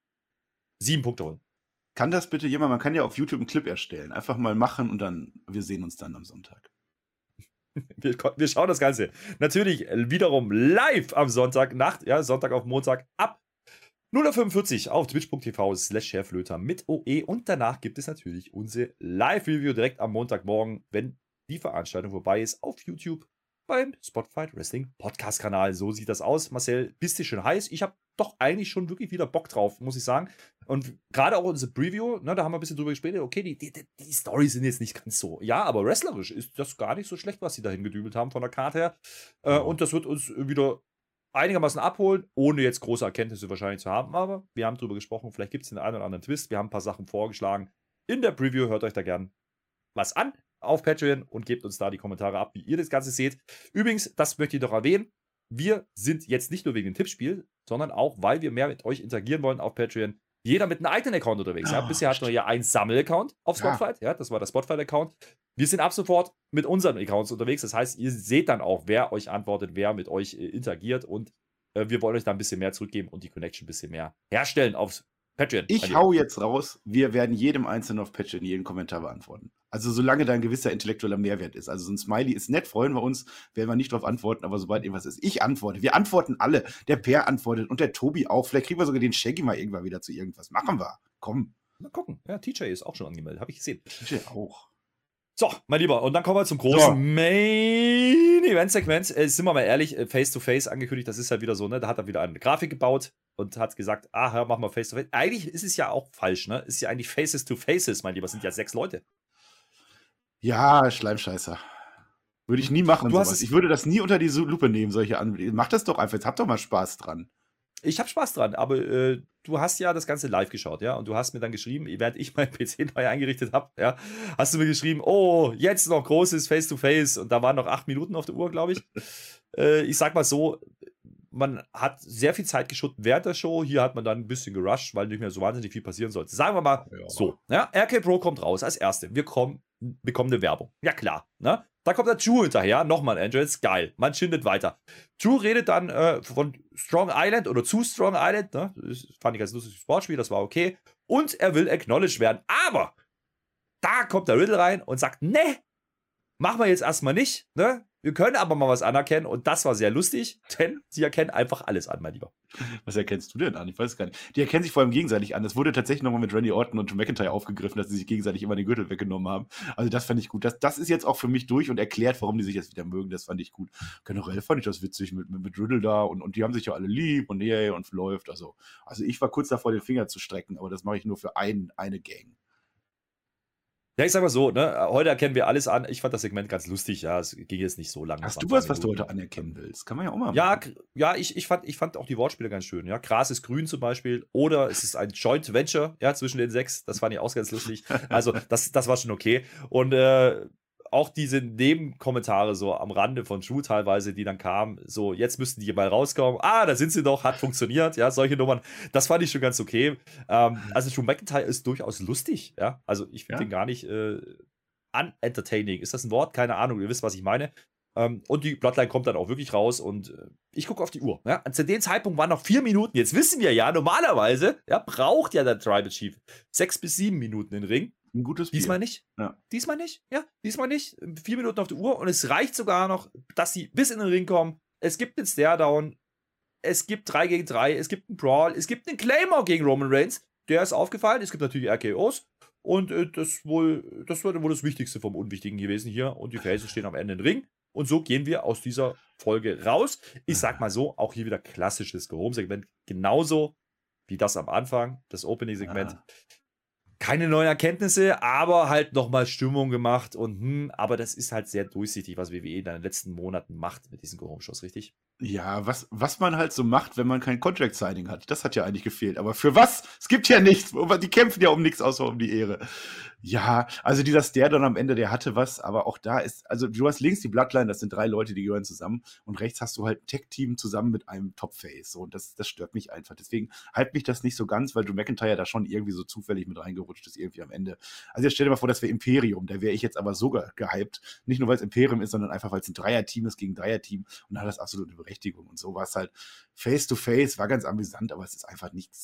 sieben Punkte holen. Kann das bitte jemand, man kann ja auf YouTube einen Clip erstellen. Einfach mal machen und dann, wir sehen uns dann am Sonntag. Wir, wir schauen das Ganze natürlich wiederum live am Sonntag Nacht, ja, Sonntag auf Montag ab null Uhr fünfundvierzig auf twitch punkt tv slash herrflöter mit O E und danach gibt es natürlich unsere Live-Review direkt am Montagmorgen, wenn die Veranstaltung vorbei ist auf YouTube beim Spotify Wrestling Podcast Kanal. So sieht das aus. Marcel, bist du schon heiß? Ich habe doch eigentlich schon wirklich wieder Bock drauf, muss ich sagen. Und gerade auch unsere Preview, ne, da haben wir ein bisschen drüber gespielt. Okay, die, die, die Storys sind jetzt nicht ganz so. Ja, aber wrestlerisch ist das gar nicht so schlecht, was sie dahin gedübelt haben von der Karte her. Äh, ja. Und das wird uns wieder einigermaßen abholen, ohne jetzt große Erkenntnisse wahrscheinlich zu haben. Aber wir haben drüber gesprochen. Vielleicht gibt es den einen oder anderen Twist. Wir haben ein paar Sachen vorgeschlagen. In der Preview hört euch da gern was an auf Patreon und gebt uns da die Kommentare ab, wie ihr das Ganze seht. Übrigens, das möchte ich doch erwähnen, wir sind jetzt nicht nur wegen dem Tippspiel, sondern auch, weil wir mehr mit euch interagieren wollen auf Patreon, jeder mit einem eigenen Account unterwegs. Ja, bisher hatten wir ja einen Sammel-Account auf Spotify, ja. ja, das war der Spotify-Account. Wir sind ab sofort mit unseren Accounts unterwegs, das heißt, ihr seht dann auch, wer euch antwortet, wer mit euch äh, interagiert und äh, wir wollen euch da ein bisschen mehr zurückgeben und die Connection ein bisschen mehr herstellen auf Patreon. Ich hau jetzt raus, wir werden jedem Einzelnen auf Patreon jeden Kommentar beantworten. Also solange da ein gewisser intellektueller Mehrwert ist. Also so ein Smiley ist nett, freuen wir uns, werden wir nicht drauf antworten, aber sobald irgendwas ist, ich antworte. Wir antworten alle. Der Per antwortet und der Tobi auch. Vielleicht kriegen wir sogar den Shaggy mal irgendwann wieder zu irgendwas. Machen wir. Komm. Mal gucken. Ja, T J ist auch schon angemeldet, habe ich gesehen. T J auch. So, mein Lieber, und dann kommen wir zum großen so. Main-Event-Segment. Äh, sind wir mal ehrlich, Face-to-Face angekündigt, das ist halt wieder so, ne? Da hat er wieder eine Grafik gebaut und hat gesagt, ah, machen wir Face-to-Face. Eigentlich ist es ja auch falsch, ne? Ist ja eigentlich Faces-to-Faces, mein Lieber, es sind ja sechs Leute. Ja, Schleimscheißer. Würde ich nie machen, du sowas. Ich würde das nie unter die Lupe nehmen, solche Anwendungen. Mach das doch einfach, jetzt habt doch mal Spaß dran. Ich habe Spaß dran, aber äh, du hast ja das Ganze live geschaut, ja, und du hast mir dann geschrieben, während ich meinen P C neu eingerichtet habe, ja, hast du mir geschrieben, oh, jetzt noch großes Face-to-Face und da waren noch acht Minuten auf der Uhr, glaube ich. äh, ich sag mal so, man hat sehr viel Zeit geschunden während der Show, hier hat man dann ein bisschen gerusht, weil nicht mehr so wahnsinnig viel passieren sollte. Sagen wir mal ja. so, ja, R K Pro kommt raus als Erste, wir kommen, bekommen eine Werbung, ja klar, ne? Da kommt der Drew hinterher, nochmal ein Android, geil, man schindet weiter. Drew redet dann äh, von Strong Island oder zu Strong Island, ne? Das fand ich als lustiges Sportspiel, das war okay. Und er will acknowledged werden, aber da kommt der Riddle rein und sagt, ne, machen wir jetzt erstmal nicht, ne? Wir können aber mal was anerkennen und das war sehr lustig, denn sie erkennen einfach alles an, mein Lieber. Was erkennst du denn an? Ich weiß es gar nicht. Die erkennen sich vor allem gegenseitig an. Es wurde tatsächlich nochmal mit Randy Orton und Drew McIntyre aufgegriffen, dass sie sich gegenseitig immer den Gürtel weggenommen haben. Also das fand ich gut. Das, das ist jetzt auch für mich durch und erklärt, warum die sich jetzt wieder mögen. Das fand ich gut. Generell fand ich das witzig mit, mit, mit Riddle da und, und die haben sich ja alle lieb und yeah und läuft. Also, also ich war kurz davor, den Finger zu strecken, aber das mache ich nur für ein, eine Gang. Ja, ich sag mal so, ne, heute erkennen wir alles an. Ich fand das Segment ganz lustig, ja, es ging jetzt nicht so lange. Hast du was, was du heute anerkennen willst? Kann man ja auch mal machen. Ja, ja ich, ich, fand, ich fand auch die Wortspiele ganz schön, ja. Gras ist grün zum Beispiel oder es ist ein Joint Venture, ja, zwischen den sechs. Das fand ich auch ganz lustig. Also, das, das war schon okay. Und äh, auch diese Nebenkommentare so am Rande von Drew teilweise, die dann kamen, so, jetzt müssten die mal rauskommen. Ah, da sind sie doch, hat funktioniert, ja, solche Nummern. Das fand ich schon ganz okay. Ähm, also Drew McIntyre ist durchaus lustig, ja. Also ich finde Ja. den gar nicht äh, unentertaining. Ist das ein Wort? Keine Ahnung, ihr wisst, was ich meine. Ähm, und die Bloodline kommt dann auch wirklich raus und äh, ich gucke auf die Uhr. Ja? Und zu dem Zeitpunkt waren noch vier Minuten. Jetzt wissen wir ja, normalerweise ja, braucht ja der Tribal Chief sechs bis sieben Minuten in den Ring. Ein gutes Bier. Diesmal nicht. Ja. Diesmal nicht. Ja, diesmal nicht. Vier Minuten auf der Uhr und es reicht sogar noch, dass sie bis in den Ring kommen. Es gibt einen Stare-Down. Es gibt drei gegen drei. Es gibt einen Brawl. Es gibt einen Claymore gegen Roman Reigns. Der ist aufgefallen. Es gibt natürlich R K Os. Und äh, das, wohl, das war wohl das Wichtigste vom Unwichtigen gewesen hier. Und die Faces stehen am Ende im Ring. Und so gehen wir aus dieser Folge raus. Ich sag mal so, auch hier wieder klassisches Go-Home-Segment. Genauso wie das am Anfang, das Opening-Segment. Ah. Keine neuen Erkenntnisse, aber halt nochmal Stimmung gemacht. Und hm, aber das ist halt sehr durchsichtig, was W W E in den letzten Monaten macht mit diesen Go-Home-Shows, richtig? Ja, was, was man halt so macht, wenn man kein Contract-Signing hat. Das hat ja eigentlich gefehlt. Aber für was? Es gibt ja nichts. Die kämpfen ja um nichts, außer um die Ehre. Ja, also dieser Stare-Down am Ende, der hatte was. Aber auch da ist, also du hast links die Bloodline, das sind drei Leute, die gehören zusammen. Und rechts hast du halt ein Tech-Team zusammen mit einem Top-Face. So, und das, das stört mich einfach. Deswegen halt mich das nicht so ganz, weil Drew McIntyre da schon irgendwie so zufällig mit reingerutscht ist, irgendwie am Ende. Also jetzt stell dir mal vor, das wäre Imperium. Da wäre ich jetzt aber sogar gehypt. Nicht nur, weil es Imperium ist, sondern einfach, weil es ein Dreier-Team ist gegen ein Dreier-Team. Und da hat das absolut eine Berechtigung. Und so war es halt face-to-face, war ganz amüsant, aber es ist einfach nichts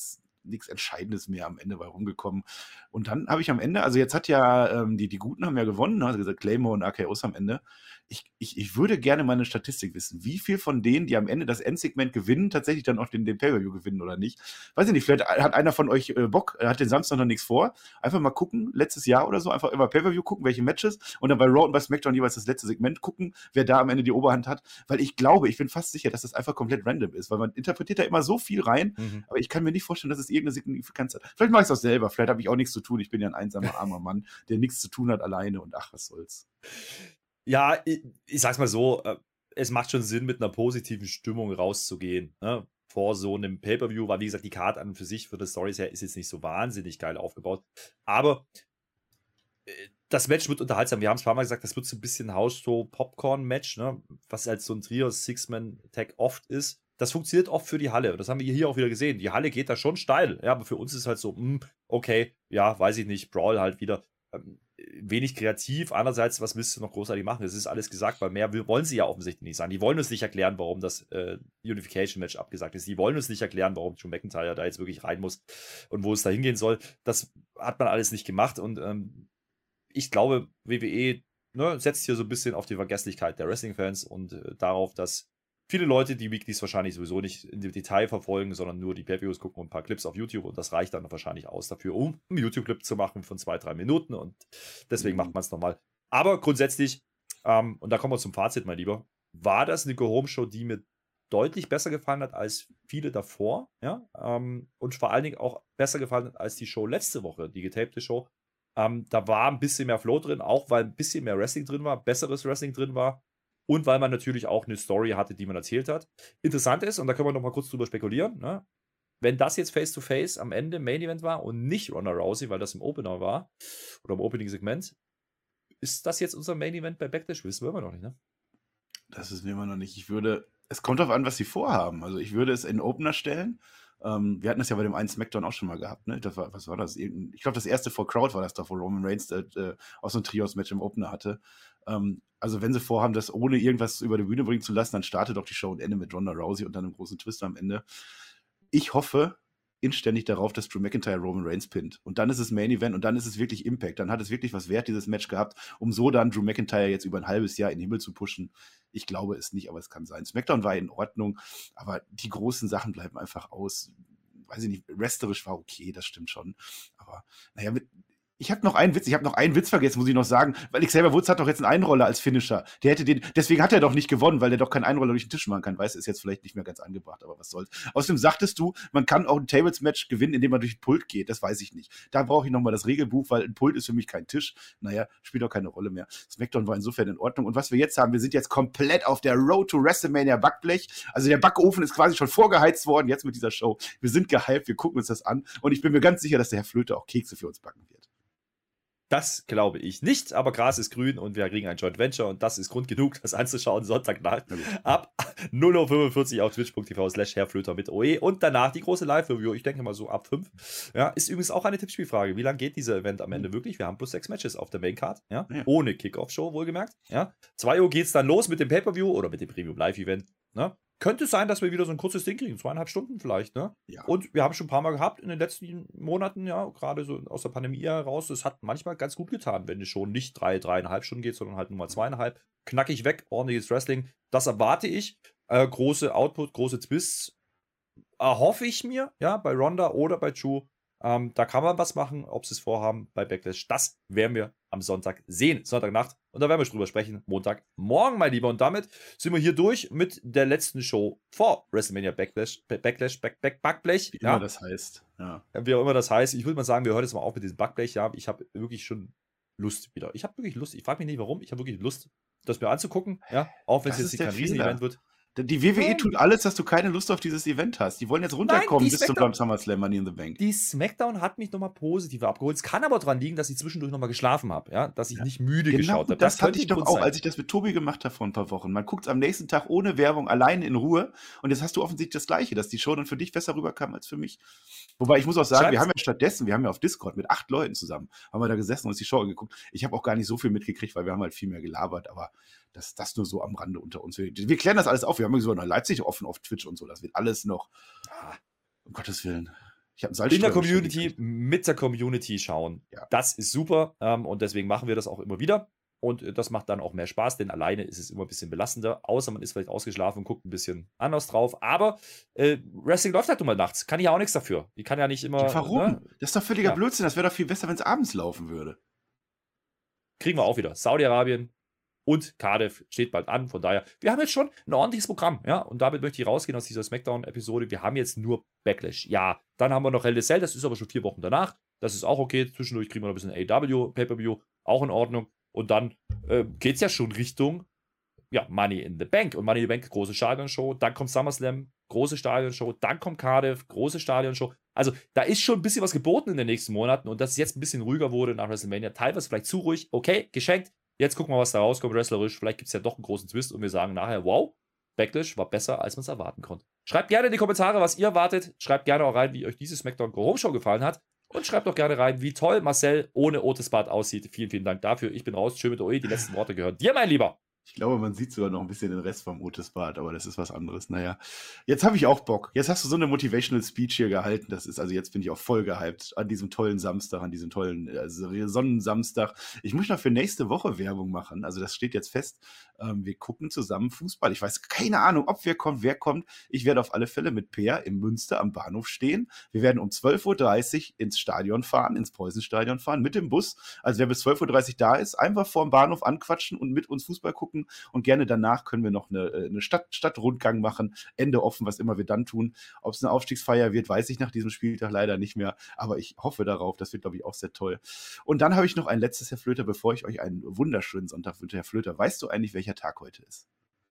nichts Entscheidendes mehr am Ende bei rumgekommen. Und dann habe ich am Ende, also jetzt hat ja, ähm, die, die Guten haben ja gewonnen, also gesagt, Claymore und A K Os am Ende. Ich, ich, ich würde gerne mal eine Statistik wissen, wie viel von denen, die am Ende das Endsegment gewinnen, tatsächlich dann auch den, den Pay-Per-View gewinnen oder nicht. Weiß ich nicht, vielleicht hat einer von euch äh, Bock, hat den Samstag noch nichts vor. Einfach mal gucken, letztes Jahr oder so, einfach immer Pay-Per-View gucken, welche Matches und dann bei Raw und bei SmackDown jeweils das letzte Segment gucken, wer da am Ende die Oberhand hat. Weil ich glaube, ich bin fast sicher, dass das einfach komplett random ist, weil man interpretiert da immer so viel rein, mhm. aber ich kann mir nicht vorstellen, dass es irgendeine Signifikanz hat. Vielleicht mache ich es auch selber, vielleicht habe ich auch nichts zu tun. Ich bin ja ein einsamer, armer Mann, der nichts zu tun hat alleine und ach, was soll's. Ja, ich, ich sag's mal so, es macht schon Sinn, mit einer positiven Stimmung rauszugehen, ne? Vor so einem Pay-Per-View, weil wie gesagt, die Card an und für sich, für die Storys her, ist jetzt nicht so wahnsinnig geil aufgebaut, aber das Match wird unterhaltsam. Wir haben es ein paar Mal gesagt, das wird so ein bisschen House-Show-Popcorn-Match, ne? Was halt so ein Trio-Six-Man-Tag oft ist. Das funktioniert oft für die Halle. Das haben wir hier auch wieder gesehen. Die Halle geht da schon steil. Ja, aber für uns ist halt so, mh, okay, ja, weiß ich nicht, Brawl halt wieder. Ähm, wenig kreativ. Andererseits, was willst du noch großartig machen? Das ist alles gesagt, weil mehr wollen sie ja offensichtlich nicht sagen. Die wollen uns nicht erklären, warum das äh, Unification-Match abgesagt ist. Die wollen uns nicht erklären, warum Drew McIntyre da jetzt wirklich rein muss und wo es da hingehen soll. Das hat man alles nicht gemacht und ähm, ich glaube, W W E ne, setzt hier so ein bisschen auf die Vergesslichkeit der Wrestling-Fans und äh, darauf, dass viele Leute die Weeklies wahrscheinlich sowieso nicht in Detail verfolgen, sondern nur die Pay-Per-Views gucken und ein paar Clips auf YouTube und das reicht dann wahrscheinlich aus dafür, um einen YouTube-Clip zu machen von zwei, drei Minuten und deswegen mhm. macht man es nochmal. Aber grundsätzlich, ähm, und da kommen wir zum Fazit, mein Lieber, war das eine Go-Home-Show, die mir deutlich besser gefallen hat als viele davor, ja, ähm, und vor allen Dingen auch besser gefallen hat als die Show letzte Woche, die getapte Show. Ähm, da war ein bisschen mehr Flow drin, auch weil ein bisschen mehr Wrestling drin war, besseres Wrestling drin war. Und weil man natürlich auch eine Story hatte, die man erzählt hat. Interessant ist, und da können wir noch mal kurz drüber spekulieren, ne? Wenn das jetzt Face-to-Face am Ende Main Event war und nicht Ronda Rousey, weil das im Opener war, oder im Opening-Segment, ist das jetzt unser Main Event bei Backlash? Wissen wir immer noch nicht, ne? Das wissen wir immer noch nicht. Ich würde, es kommt darauf an, was sie vorhaben. Also ich würde es in den Opener stellen. Ähm, wir hatten das ja bei dem einen Smackdown auch schon mal gehabt, ne? Das war, was war das? Ich glaube, das erste vor Crowd war das doch, wo Roman Reigns äh, auch so ein Trios-Match im Opener hatte. Ähm, also wenn sie vorhaben, das ohne irgendwas über die Bühne bringen zu lassen, dann startet doch die Show und Ende mit Ronda Rousey und dann einem großen Twist am Ende. Ich hoffe inständig darauf, dass Drew McIntyre Roman Reigns pinnt. Und dann ist es Main Event und dann ist es wirklich Impact. Dann hat es wirklich was wert, dieses Match gehabt, um so dann Drew McIntyre jetzt über ein halbes Jahr in den Himmel zu pushen. Ich glaube es nicht, aber es kann sein. SmackDown war in Ordnung, aber die großen Sachen bleiben einfach aus. Weiß ich nicht, wrestlerisch war okay, das stimmt schon. Aber naja, mit Ich habe noch einen Witz, ich habe noch einen Witz vergessen, muss ich noch sagen, weil Xavier Woods hat doch jetzt einen Einroller als Finisher. Der hätte den, deswegen hat er doch nicht gewonnen, weil der doch keinen Einroller durch den Tisch machen kann. Weiß, ist jetzt vielleicht nicht mehr ganz angebracht, aber was soll's. Außerdem sagtest du, man kann auch ein Tables-Match gewinnen, indem man durch den Pult geht. Das weiß ich nicht. Da brauche ich nochmal das Regelbuch, weil ein Pult ist für mich kein Tisch. Naja, spielt auch keine Rolle mehr. SmackDown war insofern in Ordnung. Und was wir jetzt haben, wir sind jetzt komplett auf der Road to WrestleMania Backblech. Also der Backofen ist quasi schon vorgeheizt worden, jetzt mit dieser Show. Wir sind gehypt, wir gucken uns das an. Und ich bin mir ganz sicher, dass der Herr Flöte auch Kekse für uns backen wird. Das glaube ich nicht, aber Gras ist grün und wir kriegen ein Joint Venture und das ist Grund genug, das anzuschauen. Sonntagnacht ab null Uhr fünfundvierzig auf twitch punkt t v slash herrflöter mit O E und danach die große Live-Review, ich denke mal so ab fünf. Ja, ist übrigens auch eine Tippspielfrage. Wie lange geht dieser Event am Ende wirklich? Wir haben plus sechs Matches auf der Main-Card, ja? Ja. Ohne Kickoff-Show wohlgemerkt. Ja? zwei Uhr geht es dann los mit dem Pay-Per-View oder mit dem Premium-Live-Event. Ne? Könnte es sein, dass wir wieder so ein kurzes Ding kriegen, zweieinhalb Stunden vielleicht, ne? Ja. Und wir haben schon ein paar Mal gehabt in den letzten Monaten, ja, gerade so aus der Pandemie heraus, es hat manchmal ganz gut getan, wenn es schon nicht drei, dreieinhalb Stunden geht, sondern halt nur mal zweieinhalb. Knackig weg, ordentliches Wrestling. Das erwarte ich. Äh, große Output, große Twists erhoffe ich mir, ja, bei Ronda oder bei Drew. Ähm, da kann man was machen, ob sie es vorhaben bei Backlash. Das werden wir am Sonntag sehen, Sonntagnacht. Und da werden wir drüber sprechen, Montagmorgen, mein Lieber. Und damit sind wir hier durch mit der letzten Show vor WrestleMania Backlash, Backlash, Back, Back, Backblech. Wie ja. immer das heißt. Ja. Wie auch immer das heißt. Ich würde mal sagen, wir hören jetzt mal auf mit diesem Backblech. Ja, ich habe wirklich schon Lust wieder. Ich habe wirklich Lust. Ich frage mich nicht, warum. Ich habe wirklich Lust, das mir anzugucken. Ja, auch wenn es jetzt kein Riesenevent wird. Die W W E Nein. tut alles, dass du keine Lust auf dieses Event hast. Die wollen jetzt runterkommen Nein, bis zum SummerSlam Money in the Bank. Die SmackDown hat mich nochmal positiv abgeholt. Es kann aber daran liegen, dass ich zwischendurch nochmal geschlafen habe. Ja? Dass ich ja. nicht müde genau, geschaut habe. Das, das hatte ich doch auch, sein. als ich das mit Tobi gemacht habe vor ein paar Wochen. Man guckt es am nächsten Tag ohne Werbung, alleine in Ruhe. Und jetzt hast du offensichtlich das Gleiche, dass die Show dann für dich besser rüberkam als für mich. Wobei ich muss auch sagen, Schreib's. wir haben ja stattdessen, wir haben ja auf Discord mit acht Leuten zusammen, haben wir da gesessen und uns die Show angeguckt. Ich habe auch gar nicht so viel mitgekriegt, weil wir haben halt viel mehr gelabert. Aber das, das nur so am Rande unter uns. Wir, wir klären das alles auf. Wir haben sogar noch Leipzig offen auf Twitch und so. Das wird alles noch, ah, um Gottes Willen. Ich habe In der Community, mit der Community schauen. Ja. Das ist super ähm, und deswegen machen wir das auch immer wieder. Und äh, das macht dann auch mehr Spaß, denn alleine ist es immer ein bisschen belastender. Außer man ist vielleicht ausgeschlafen und guckt ein bisschen anders drauf. Aber äh, Wrestling läuft halt nun mal nachts. Kann ich ja auch nichts dafür. Die kann ja nicht immer. Ja, warum? Ne? Das ist doch völliger ja. Blödsinn. Das wäre doch viel besser, wenn es abends laufen würde. Kriegen wir auch wieder. Saudi-Arabien und Cardiff steht bald an. Von daher, wir haben jetzt schon ein ordentliches Programm. Ja, und damit möchte ich rausgehen aus dieser SmackDown-Episode. Wir haben jetzt nur Backlash. Ja, dann haben wir noch Hell in a Cell. Das ist aber schon vier Wochen danach. Das ist auch okay. Zwischendurch kriegen wir noch ein bisschen A E W, Pay-Per-View. Auch in Ordnung. Und dann äh, geht es ja schon Richtung ja, Money in the Bank. Und Money in the Bank, große Stadionshow. Dann kommt SummerSlam, große Stadionshow. Dann kommt Cardiff, große Stadionshow. Also da ist schon ein bisschen was geboten in den nächsten Monaten. Und dass es jetzt ein bisschen ruhiger wurde nach WrestleMania, teilweise vielleicht zu ruhig. Okay, geschenkt. Jetzt gucken wir, was da rauskommt, wrestlerisch. Vielleicht gibt es ja doch einen großen Twist und wir sagen nachher, wow, Backlash war besser, als man es erwarten konnte. Schreibt gerne in die Kommentare, was ihr erwartet. Schreibt gerne auch rein, wie euch diese SmackDown Go Home Show gefallen hat. Und schreibt doch gerne rein, wie toll Marcel ohne Otis Bart aussieht. Vielen, vielen Dank dafür. Ich bin raus. Schön mit euch. Die letzten Worte gehören dir, mein Lieber. Ich glaube, man sieht sogar noch ein bisschen den Rest vom Otis Bart, aber das ist was anderes. Naja, jetzt habe ich auch Bock. Jetzt hast du so eine Motivational Speech hier gehalten. Das ist, also jetzt bin ich auch voll gehypt an diesem tollen Samstag, an diesem tollen also Sonnensamstag. Ich muss noch für nächste Woche Werbung machen. Also das steht jetzt fest. Ähm, wir gucken zusammen Fußball. Ich weiß keine Ahnung, ob wer kommt, wer kommt. Ich werde auf alle Fälle mit Peer im Münster am Bahnhof stehen. Wir werden um zwölf Uhr dreißig ins Stadion fahren, ins Preußenstadion fahren, mit dem Bus. Also wer bis zwölf Uhr dreißig da ist, einfach vor dem Bahnhof anquatschen und mit uns Fußball gucken. Und gerne danach können wir noch eine, eine Stadt, Stadtrundgang machen. Ende offen, was immer wir dann tun. Ob es eine Aufstiegsfeier wird, weiß ich nach diesem Spieltag leider nicht mehr. Aber ich hoffe darauf. Das wird, glaube ich, auch sehr toll. Und dann habe ich noch ein letztes, Herr Flöter, bevor ich euch einen wunderschönen Sonntag wünsche. Herr Flöter, weißt du eigentlich, welcher Tag heute ist?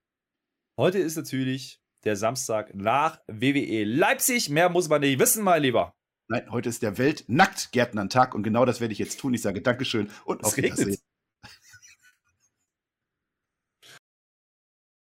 Heute ist natürlich der Samstag nach W W E Leipzig. Mehr muss man nicht wissen, mein Lieber. Nein, heute ist der Welt-Nackt-Gärtnern-Tag und genau das werde ich jetzt tun. Ich sage Dankeschön und auf Wiedersehen.